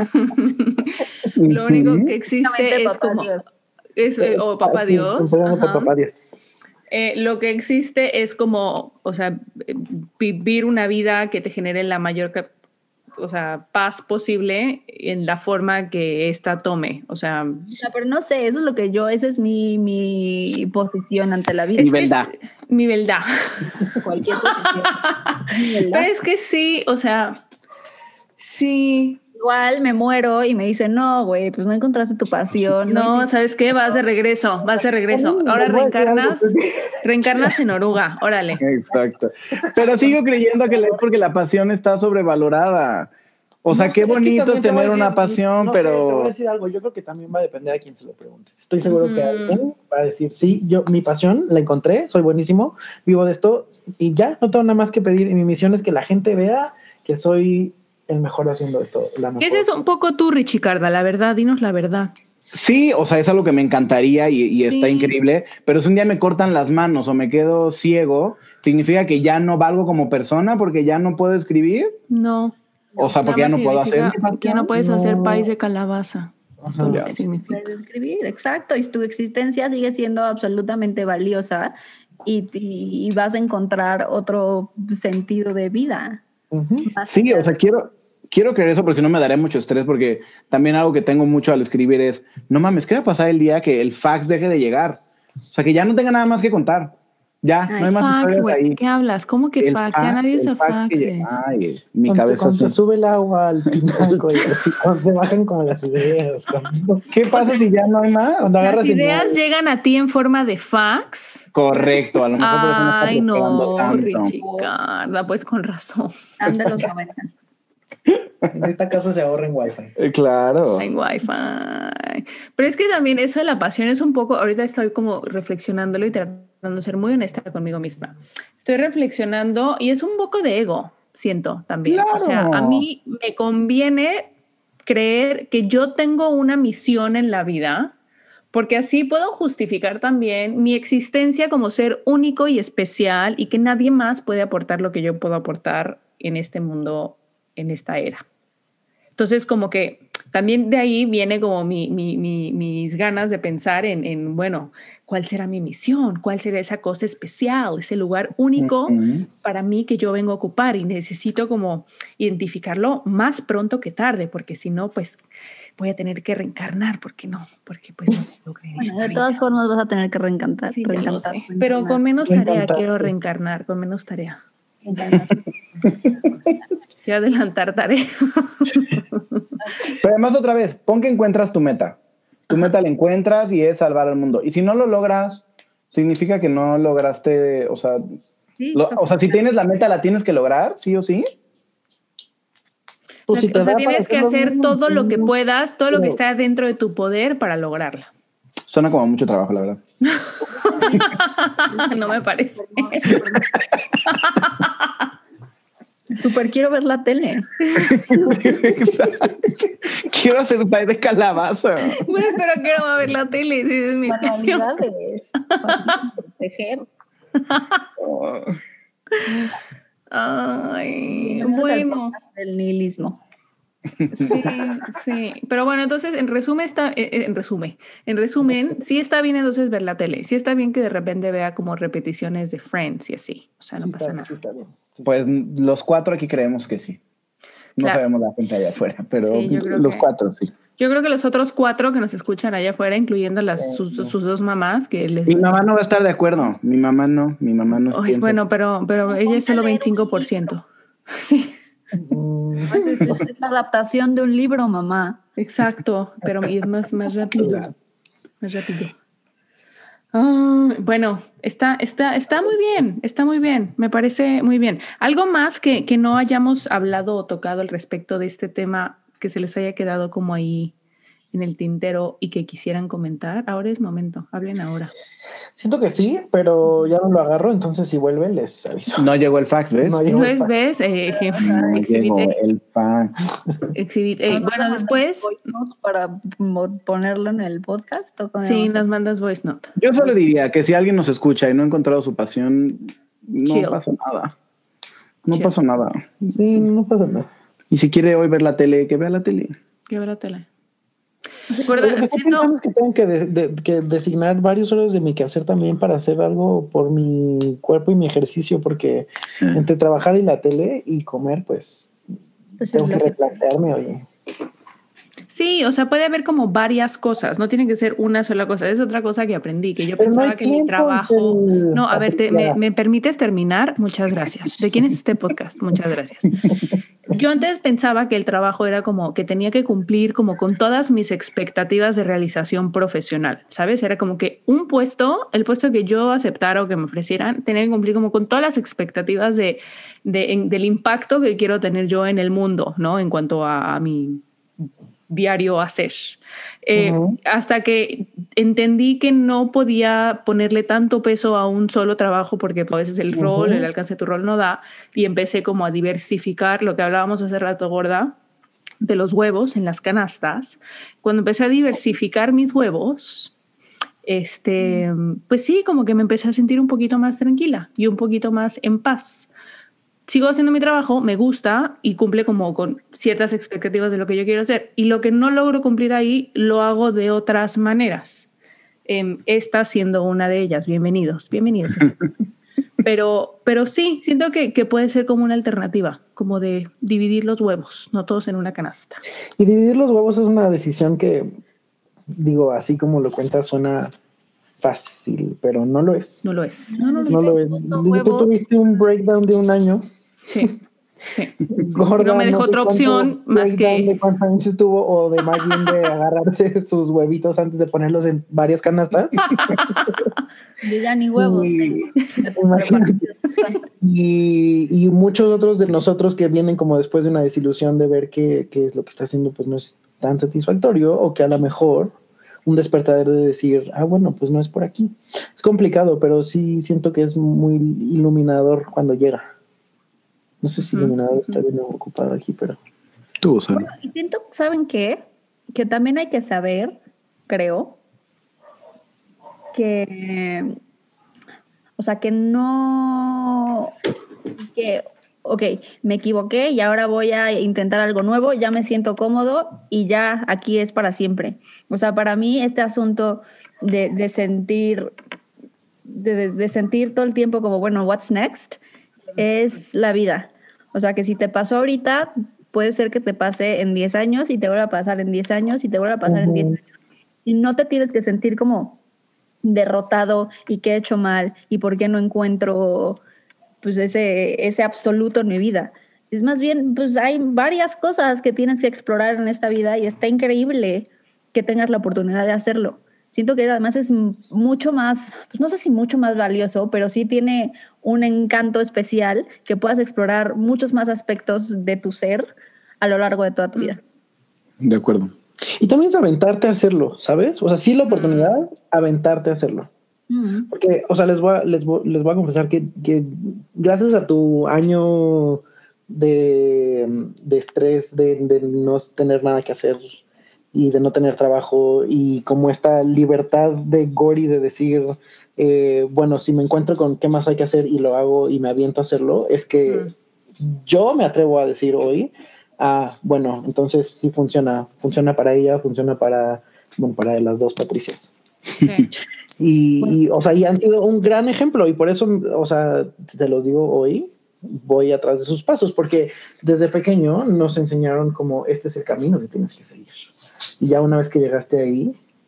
Speaker 1: Lo único que existe
Speaker 2: Exactamente,
Speaker 1: es
Speaker 2: papá
Speaker 1: como
Speaker 2: Dios.
Speaker 1: es, eh, o papá
Speaker 4: Ah, sí,
Speaker 1: Dios.
Speaker 4: empezando por
Speaker 1: Ajá.
Speaker 4: papá Dios.
Speaker 1: Eh, lo que existe es como, o sea, eh, vivir una vida que te genere la mayor, cap- o sea, paz posible en la forma que ésta tome. O sea,
Speaker 2: O sea, pero no sé, eso es lo que yo, esa es mi, mi posición ante la vida.
Speaker 1: es
Speaker 5: Mi
Speaker 1: que
Speaker 5: verdad.
Speaker 1: es mi verdad.
Speaker 2: Cualquier posición. Mi verdad.
Speaker 1: Pero es que sí, o sea, sí.
Speaker 2: Igual me muero y me dicen, no, güey, pues no encontraste tu pasión.
Speaker 1: No,
Speaker 2: hiciste-
Speaker 1: ¿sabes qué? Vas de regreso, vas de regreso.
Speaker 4: Mm,
Speaker 1: Ahora
Speaker 4: les voy a decir algo,
Speaker 1: reencarnas, reencarnas en oruga, órale.
Speaker 5: Exacto. Pero sigo creyendo que la- es porque la pasión está sobrevalorada. O sea,
Speaker 4: No
Speaker 5: qué
Speaker 4: sé, es que
Speaker 5: bonito
Speaker 4: también
Speaker 5: es
Speaker 4: te voy a
Speaker 5: tener
Speaker 4: decir-
Speaker 5: una pasión,
Speaker 4: no sé, te voy
Speaker 5: pero
Speaker 4: a decir algo, yo creo que también va a depender a quién se lo preguntes. Estoy seguro que
Speaker 1: Ujú.
Speaker 4: alguien va a decir, sí, yo mi pasión la encontré, soy buenísimo, vivo de esto y ya, no tengo nada más que pedir. Y mi misión es que la gente vea que soy el mejor haciendo esto. La mejor.
Speaker 1: Ese es un poco tú, Richicarda, la verdad, dinos la verdad.
Speaker 5: sí, o sea, es algo que me encantaría y, y está
Speaker 1: Sí.
Speaker 5: increíble, pero si un día me cortan las manos o me quedo ciego, significa que ya no valgo como persona porque ya no puedo escribir.
Speaker 1: No.
Speaker 5: O sea, porque ya
Speaker 1: Nada
Speaker 5: no
Speaker 1: más
Speaker 5: puedo hacer
Speaker 1: significa
Speaker 5: mi pasión.
Speaker 1: que ya no puedes hacer
Speaker 4: No.
Speaker 1: país de calabaza.
Speaker 4: Ajá.
Speaker 1: Todo lo
Speaker 5: Ya
Speaker 1: que
Speaker 5: sé.
Speaker 1: significa.
Speaker 2: Puedes escribir, exacto, y tu existencia sigue siendo absolutamente valiosa y, y- y vas a encontrar otro sentido de vida.
Speaker 4: Ujú.
Speaker 2: Más
Speaker 5: Sí,
Speaker 2: allá
Speaker 5: o sea,
Speaker 2: de-
Speaker 5: quiero, quiero creer eso, pero si no me daré mucho estrés, porque también algo que tengo mucho al escribir es, no mames, ¿qué va a pasar el día que el fax deje de llegar? O sea, que ya no tenga nada más que contar. Ya,
Speaker 2: Ay,
Speaker 5: no hay más
Speaker 1: Fax,
Speaker 5: historias
Speaker 1: güey,
Speaker 5: ahí.
Speaker 1: ¿qué hablas? ¿Cómo que
Speaker 5: El
Speaker 1: fax? Ya nadie
Speaker 5: el
Speaker 1: usa
Speaker 5: fax que
Speaker 1: faxes.
Speaker 5: llega. Ay, mi
Speaker 4: Cuando,
Speaker 5: cabeza
Speaker 4: cuando
Speaker 5: se...
Speaker 4: se sube el agua al tinaco y así, cuando te bajan como las ideas. Cuando,
Speaker 5: ¿Qué pasa si ya no hay más?
Speaker 4: cuando agarras
Speaker 1: Las ideas
Speaker 4: señal.
Speaker 1: llegan a ti en forma de fax.
Speaker 5: Correcto, a lo mejor por eso no está
Speaker 1: Ay,
Speaker 5: prosperando
Speaker 1: no,
Speaker 5: tanto.
Speaker 1: Richicarda, pues con razón.
Speaker 2: tan de los noventa.
Speaker 4: En esta casa se ahorra en wifi.
Speaker 5: Eh, claro.
Speaker 1: En Wi-Fi. Pero es que también eso de la pasión es un poco, ahorita estoy como reflexionándolo y tratando de ser muy honesta conmigo misma. Estoy reflexionando y es un poco de ego, siento también.
Speaker 5: Claro.
Speaker 1: O sea, a mí me conviene creer que yo tengo una misión en la vida
Speaker 3: porque así puedo justificar también mi existencia como ser único y especial y que nadie más puede aportar lo que yo puedo aportar en este mundo, en esta era. Entonces, como que también de ahí viene como mi, mi, mi, mis ganas de pensar en, en, bueno, ¿cuál será mi misión? ¿Cuál será esa cosa especial? Ese lugar único uh-huh. para mí que yo vengo a ocupar y necesito como identificarlo más pronto que tarde, porque si no, pues voy a tener que reencarnar, porque no, porque pues no lo creo.
Speaker 2: Bueno, de todas formas vas a tener que reencantar.
Speaker 3: Sí,
Speaker 2: reencantar,
Speaker 3: ya lo sé, pero con menos tarea quiero reencarnar, con menos tarea. Y adelantar tarea.
Speaker 5: Pero además otra vez, pon que encuentras tu meta. Tu Ajá. meta la encuentras y es salvar al mundo. Y si no lo logras, significa que no lograste, o sea, sí, lo, o sea, si tienes la meta, la tienes que lograr, sí o sí.
Speaker 3: Pues si o sea, tienes que hacer mismo, todo lo que puedas, todo lo que está dentro de tu poder para lograrla.
Speaker 5: Suena como mucho trabajo, la verdad.
Speaker 3: No me parece.
Speaker 2: Súper quiero ver la tele.
Speaker 5: Quiero hacer pay de calabaza.
Speaker 3: Bueno, pero quiero ver la tele. Sí, es mi
Speaker 2: manualidades para tejer.
Speaker 3: Oh. Ay, bueno.
Speaker 2: El nihilismo.
Speaker 3: Sí, sí. Pero bueno, entonces, en resumen, está, en resumen, en resumen, sí está bien entonces ver la tele. Sí está bien que de repente vea como repeticiones de Friends y así. O sea, no
Speaker 4: sí
Speaker 3: pasa
Speaker 4: está,
Speaker 3: nada.
Speaker 4: Sí está bien.
Speaker 5: Pues los cuatro aquí creemos que sí. No claro. sabemos la gente allá afuera, pero sí, los que, cuatro sí.
Speaker 3: Yo creo que los otros cuatro que nos escuchan allá afuera, incluyendo las, sí, sus, sí. sus dos mamás, que les...
Speaker 5: Mi mamá no va a estar de acuerdo. Mi mamá no. Mi mamá no.
Speaker 3: Ay, bueno, pero, pero ella es solo veinticinco por ciento. Sí.
Speaker 2: Pues es, es la adaptación de un libro, mamá.
Speaker 3: Exacto, pero es más, más rápido. Más rápido. Oh, bueno, está, está, está muy bien, está muy bien, me parece muy bien. ¿Algo más que, que no hayamos hablado o tocado al respecto de este tema que se les haya quedado como ahí en el tintero y que quisieran comentar? Ahora es momento, hablen ahora.
Speaker 4: Siento que sí, pero ya no lo agarro, entonces si vuelve les aviso.
Speaker 5: No llegó el fax, ¿ves?
Speaker 3: No llegó el fax. ¿Ves? Eh,
Speaker 5: no llegó el fax.
Speaker 3: Exhibite. Eh, bueno, después...
Speaker 2: Voice note para ponerlo en el podcast. ¿O
Speaker 3: sí, nos mandas voice note.
Speaker 5: Yo solo diría que si alguien nos escucha y no ha encontrado su pasión, no Chill. pasa nada. No Chill. pasa nada.
Speaker 4: Sí, no pasa nada.
Speaker 5: Y si quiere hoy ver la tele, que vea la tele.
Speaker 3: Que vea la tele.
Speaker 4: Recuerda, lo que estoy siendo... pensando es que tengo que, de, de, que designar varias horas de mi quehacer también para hacer algo por mi cuerpo y mi ejercicio, porque mm. entre trabajar y la tele y comer, pues, pues tengo que replantearme, oye.
Speaker 3: Sí, o sea, puede haber como varias cosas, no tiene que ser una sola cosa. Es otra cosa que aprendí, que yo Pero pensaba no que mi trabajo... El... No, a ver, te, me, ¿me permites terminar? Muchas gracias. ¿De quién es este podcast? Muchas gracias. Yo antes pensaba que el trabajo era como que tenía que cumplir como con todas mis expectativas de realización profesional, ¿sabes? Era como que un puesto, el puesto que yo aceptara o que me ofrecieran, tenía que cumplir como con todas las expectativas de, de, en, del impacto que quiero tener yo en el mundo, ¿no? En cuanto a, a mi diario hacer. Eh, uh-huh. Hasta que entendí que no podía ponerle tanto peso a un solo trabajo porque a veces el uh-huh. rol, el alcance de tu rol no da, y empecé como a diversificar lo que hablábamos hace rato, Gorda, de los huevos en las canastas. Cuando empecé a diversificar mis huevos, este, uh-huh. pues sí, como que me empecé a sentir un poquito más tranquila y un poquito más en paz. Sigo haciendo mi trabajo, me gusta y cumple como con ciertas expectativas de lo que yo quiero hacer. Y lo que no logro cumplir ahí, lo hago de otras maneras. Eh, esta siendo una de ellas. Bienvenidos, bienvenidos. pero, pero sí, siento que, que puede ser como una alternativa, como de dividir los huevos, no todos en una canasta.
Speaker 4: Y dividir los huevos es una decisión que, digo, así como lo cuentas, suena fácil, pero no lo es.
Speaker 3: No lo es. No, no lo
Speaker 4: no
Speaker 3: es.
Speaker 4: Lo es. Tú tuviste un breakdown de un año.
Speaker 3: Sí. sí. Gorda, no me dejó no otra opción más que...
Speaker 4: de cuántos años estuvo o de más bien de agarrarse sus huevitos antes de ponerlos en varias canastas.
Speaker 2: Yo ya ni huevos
Speaker 4: y, y, y muchos otros de nosotros que vienen como después de una desilusión de ver que, que es lo que está haciendo pues no es tan satisfactorio o que a lo mejor un despertar de decir, ah, bueno, pues no es por aquí. Es complicado, pero sí siento que es muy iluminador cuando llega. No sé si uh-huh. iluminador está bien ocupado aquí, pero...
Speaker 5: Tú, Sara.
Speaker 2: Bueno, y siento, ¿saben qué? Que también hay que saber, creo, que, o sea, que no, que, ok, me equivoqué y ahora voy a intentar algo nuevo, ya me siento cómodo y ya aquí es para siempre. O sea, para mí este asunto de, de sentir, de, de sentir todo el tiempo como, bueno, what's next, es la vida. O sea, que si te pasó ahorita, puede ser que te pase en diez años y te vuelva a pasar en diez años y te vuelva a pasar uh-huh. en diez años. Y no te tienes que sentir como derrotado y qué he hecho mal y por qué no encuentro pues ese, ese absoluto en mi vida. Es más bien, pues hay varias cosas que tienes que explorar en esta vida y está increíble que tengas la oportunidad de hacerlo. Siento que además es mucho más, pues no sé si mucho más valioso, pero sí tiene un encanto especial que puedas explorar muchos más aspectos de tu ser a lo largo de toda tu vida.
Speaker 5: De acuerdo.
Speaker 4: Y también es aventarte a hacerlo, ¿sabes? O sea, sí la oportunidad, mm. aventarte a hacerlo. Mm. Porque, o sea, les voy a, les voy, les voy a confesar que, que gracias a tu año de, de estrés, de, de no tener nada que hacer y de no tener trabajo y como esta libertad de Gori de decir, eh, bueno, si me encuentro con qué más hay que hacer y lo hago y me aviento a hacerlo, es que mm. yo me atrevo a decir hoy, ah, bueno, entonces sí funciona, funciona para ella, funciona para, bueno, para las dos Patricias. Sí. y, bueno. y, o sea, y han sido un gran ejemplo y por eso, o sea, te los digo hoy, voy atrás de sus pasos, porque desde pequeño nos enseñaron como este es el camino que tienes que seguir. Y ya una vez que llegaste ahí,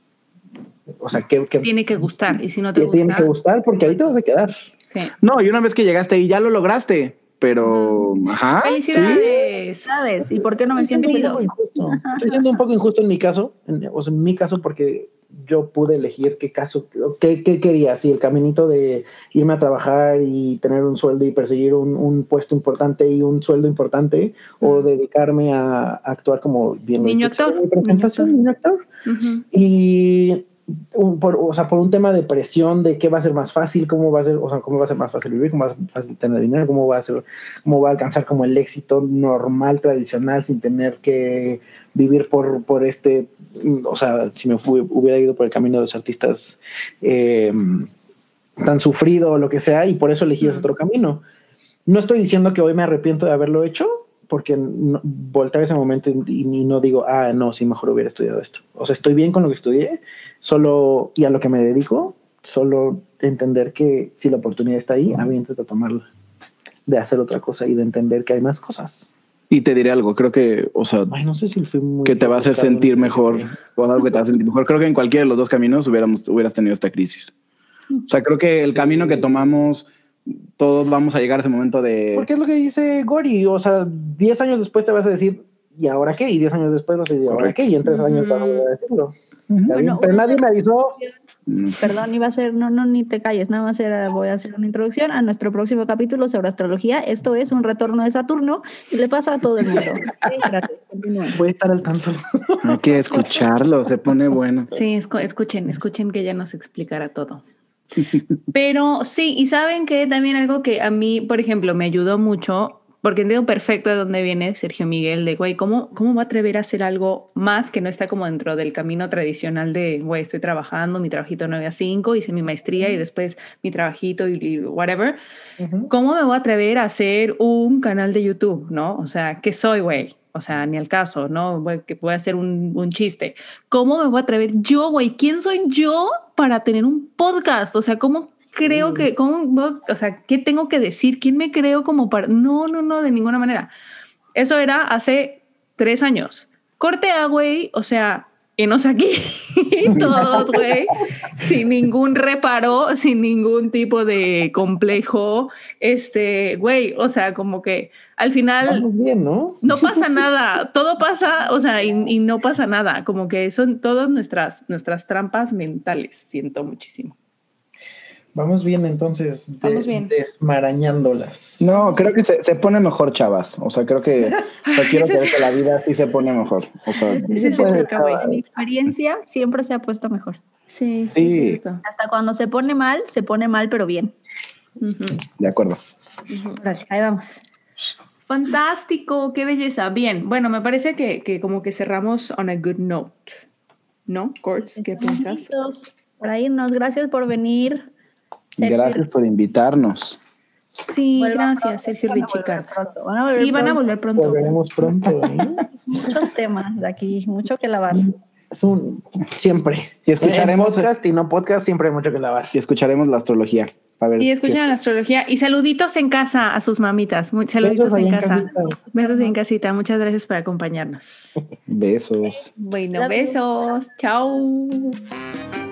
Speaker 4: o sea, que... que
Speaker 3: tiene que gustar, y si no te,
Speaker 4: te
Speaker 3: gusta...
Speaker 4: Tiene que gustar, porque ahí te vas a quedar.
Speaker 3: Sí.
Speaker 5: No, y una vez que llegaste ahí, ya lo lograste. Pero, uh-huh. ajá,
Speaker 2: felicidades, ¿sí? ¿Sabes? ¿Y por qué no me siento
Speaker 4: chido? Estoy siendo un poco injusto en mi caso, en, o sea, en mi caso, porque yo pude elegir qué caso, qué, qué quería, si el caminito de irme a trabajar y tener un sueldo y perseguir un, un puesto importante y un sueldo importante, uh-huh. o dedicarme a, a actuar como bien
Speaker 3: niño actor,
Speaker 4: mi presentación, niño actor, niño actor. Uh-huh. y Un, por, o sea, por un tema de presión de qué va a ser más fácil, cómo va a ser, o sea, cómo va a ser más fácil vivir, cómo va a ser fácil tener dinero, cómo va a ser, cómo va a alcanzar como el éxito normal, tradicional, sin tener que vivir por, por este, o sea, si me fui, hubiera ido por el camino de los artistas eh, tan sufrido o lo que sea, y por eso elegí mm. ese otro camino. No estoy diciendo que hoy me arrepiento de haberlo hecho, porque no, volteo a ese momento y, y no digo, ah, no, sí, mejor hubiera estudiado esto. O sea, estoy bien con lo que estudié, solo, y a lo que me dedico, solo entender que si la oportunidad está ahí, aviéntate a tomarla, de hacer otra cosa y de entender que hay más cosas.
Speaker 5: Y te diré algo, creo que, o sea,
Speaker 4: ay, no sé si fui muy
Speaker 5: que te va a hacer sentir mejor, o algo que te va a sentir mejor. Creo que en cualquiera de los dos caminos hubiéramos, hubieras tenido esta crisis. O sea, creo que el sí. camino que tomamos, todos vamos a llegar a ese momento de...
Speaker 4: Porque es lo que dice Gori, o sea, diez años después te vas a decir, ¿y ahora qué? Y diez años después vas a decir, ¿ahora qué? Y en tres uh-huh. años vas a volver a decirlo. Uh-huh. Bueno, pero nadie me avisó.
Speaker 2: Perdón, iba a ser, no, no, ni te calles, nada más era, voy a hacer una introducción a nuestro próximo capítulo sobre astrología. Esto es un retorno de Saturno y le pasa a todo el mundo. Okay, gracias, continúen.
Speaker 4: Voy a estar al tanto.
Speaker 5: Hay que escucharlo, se pone bueno.
Speaker 3: Sí, escuchen, escuchen que ella nos explicará todo. Pero sí, y saben que también algo que a mí, por ejemplo, me ayudó mucho, porque entiendo perfecto de dónde viene Sergio Miguel, de güey, ¿cómo, ¿cómo va a atrever a hacer algo más que no está como dentro del camino tradicional de, güey, estoy trabajando, mi trabajito nueve a cinco, hice mi maestría y después mi trabajito y, y whatever? Uh-huh. ¿Cómo me voy a atrever a hacer un canal de YouTube, no? O sea, ¿qué soy, güey? O sea, ni al caso, ¿no? Voy, que voy a hacer un, un chiste. ¿Cómo me voy a atrever yo, güey? ¿Quién soy yo para tener un podcast? O sea, ¿cómo sí. creo que, cómo, o sea, qué tengo que decir? ¿Quién me creo como para...? No, no, no, de ninguna manera. Eso era hace tres años. Corte A, güey, o sea, enos aquí todos, güey, sin ningún reparo, sin ningún tipo de complejo, este, güey, o sea, como que al final
Speaker 4: vamos bien, ¿no?
Speaker 3: No pasa nada, todo pasa, o sea, y, y no pasa nada, como que son todas nuestras, nuestras trampas mentales, siento muchísimo.
Speaker 4: Vamos bien, entonces, de,
Speaker 3: Vamos bien.
Speaker 4: desmarañándolas.
Speaker 5: No, creo que se, se pone mejor, chavas. O sea, creo que o sea, quiero creer que la vida sí se pone mejor. O sea,
Speaker 2: sí, sí, en mi experiencia siempre se ha puesto mejor.
Speaker 3: Sí,
Speaker 5: sí.
Speaker 3: sí.
Speaker 2: Hasta cuando se pone mal, se pone mal, pero bien.
Speaker 5: Uh-huh. De acuerdo.
Speaker 2: Uh-huh. Vale, ahí vamos.
Speaker 3: Fantástico, qué belleza. Bien, bueno, me parece que, que como que cerramos on a good note. ¿No, Courts? ¿Qué piensas?
Speaker 2: para irnos. Gracias por venir.
Speaker 5: Sergio. Gracias por invitarnos.
Speaker 3: Sí, Vuelvan gracias, pronto, Sergio Richicar. Van sí, van a volver pronto.
Speaker 4: Volveremos pronto. ¿eh?
Speaker 2: Muchos temas de aquí, mucho que lavar.
Speaker 4: Es un siempre.
Speaker 5: Y escucharemos
Speaker 4: en podcast y no podcast, siempre hay mucho que lavar.
Speaker 5: Y escucharemos la astrología. A ver
Speaker 3: y escuchan qué... la astrología. Y saluditos en casa a sus mamitas. Saluditos Besos en casa. En besos en casita. Muchas gracias por acompañarnos.
Speaker 5: Besos.
Speaker 3: Bueno, gracias. Besos. Chao.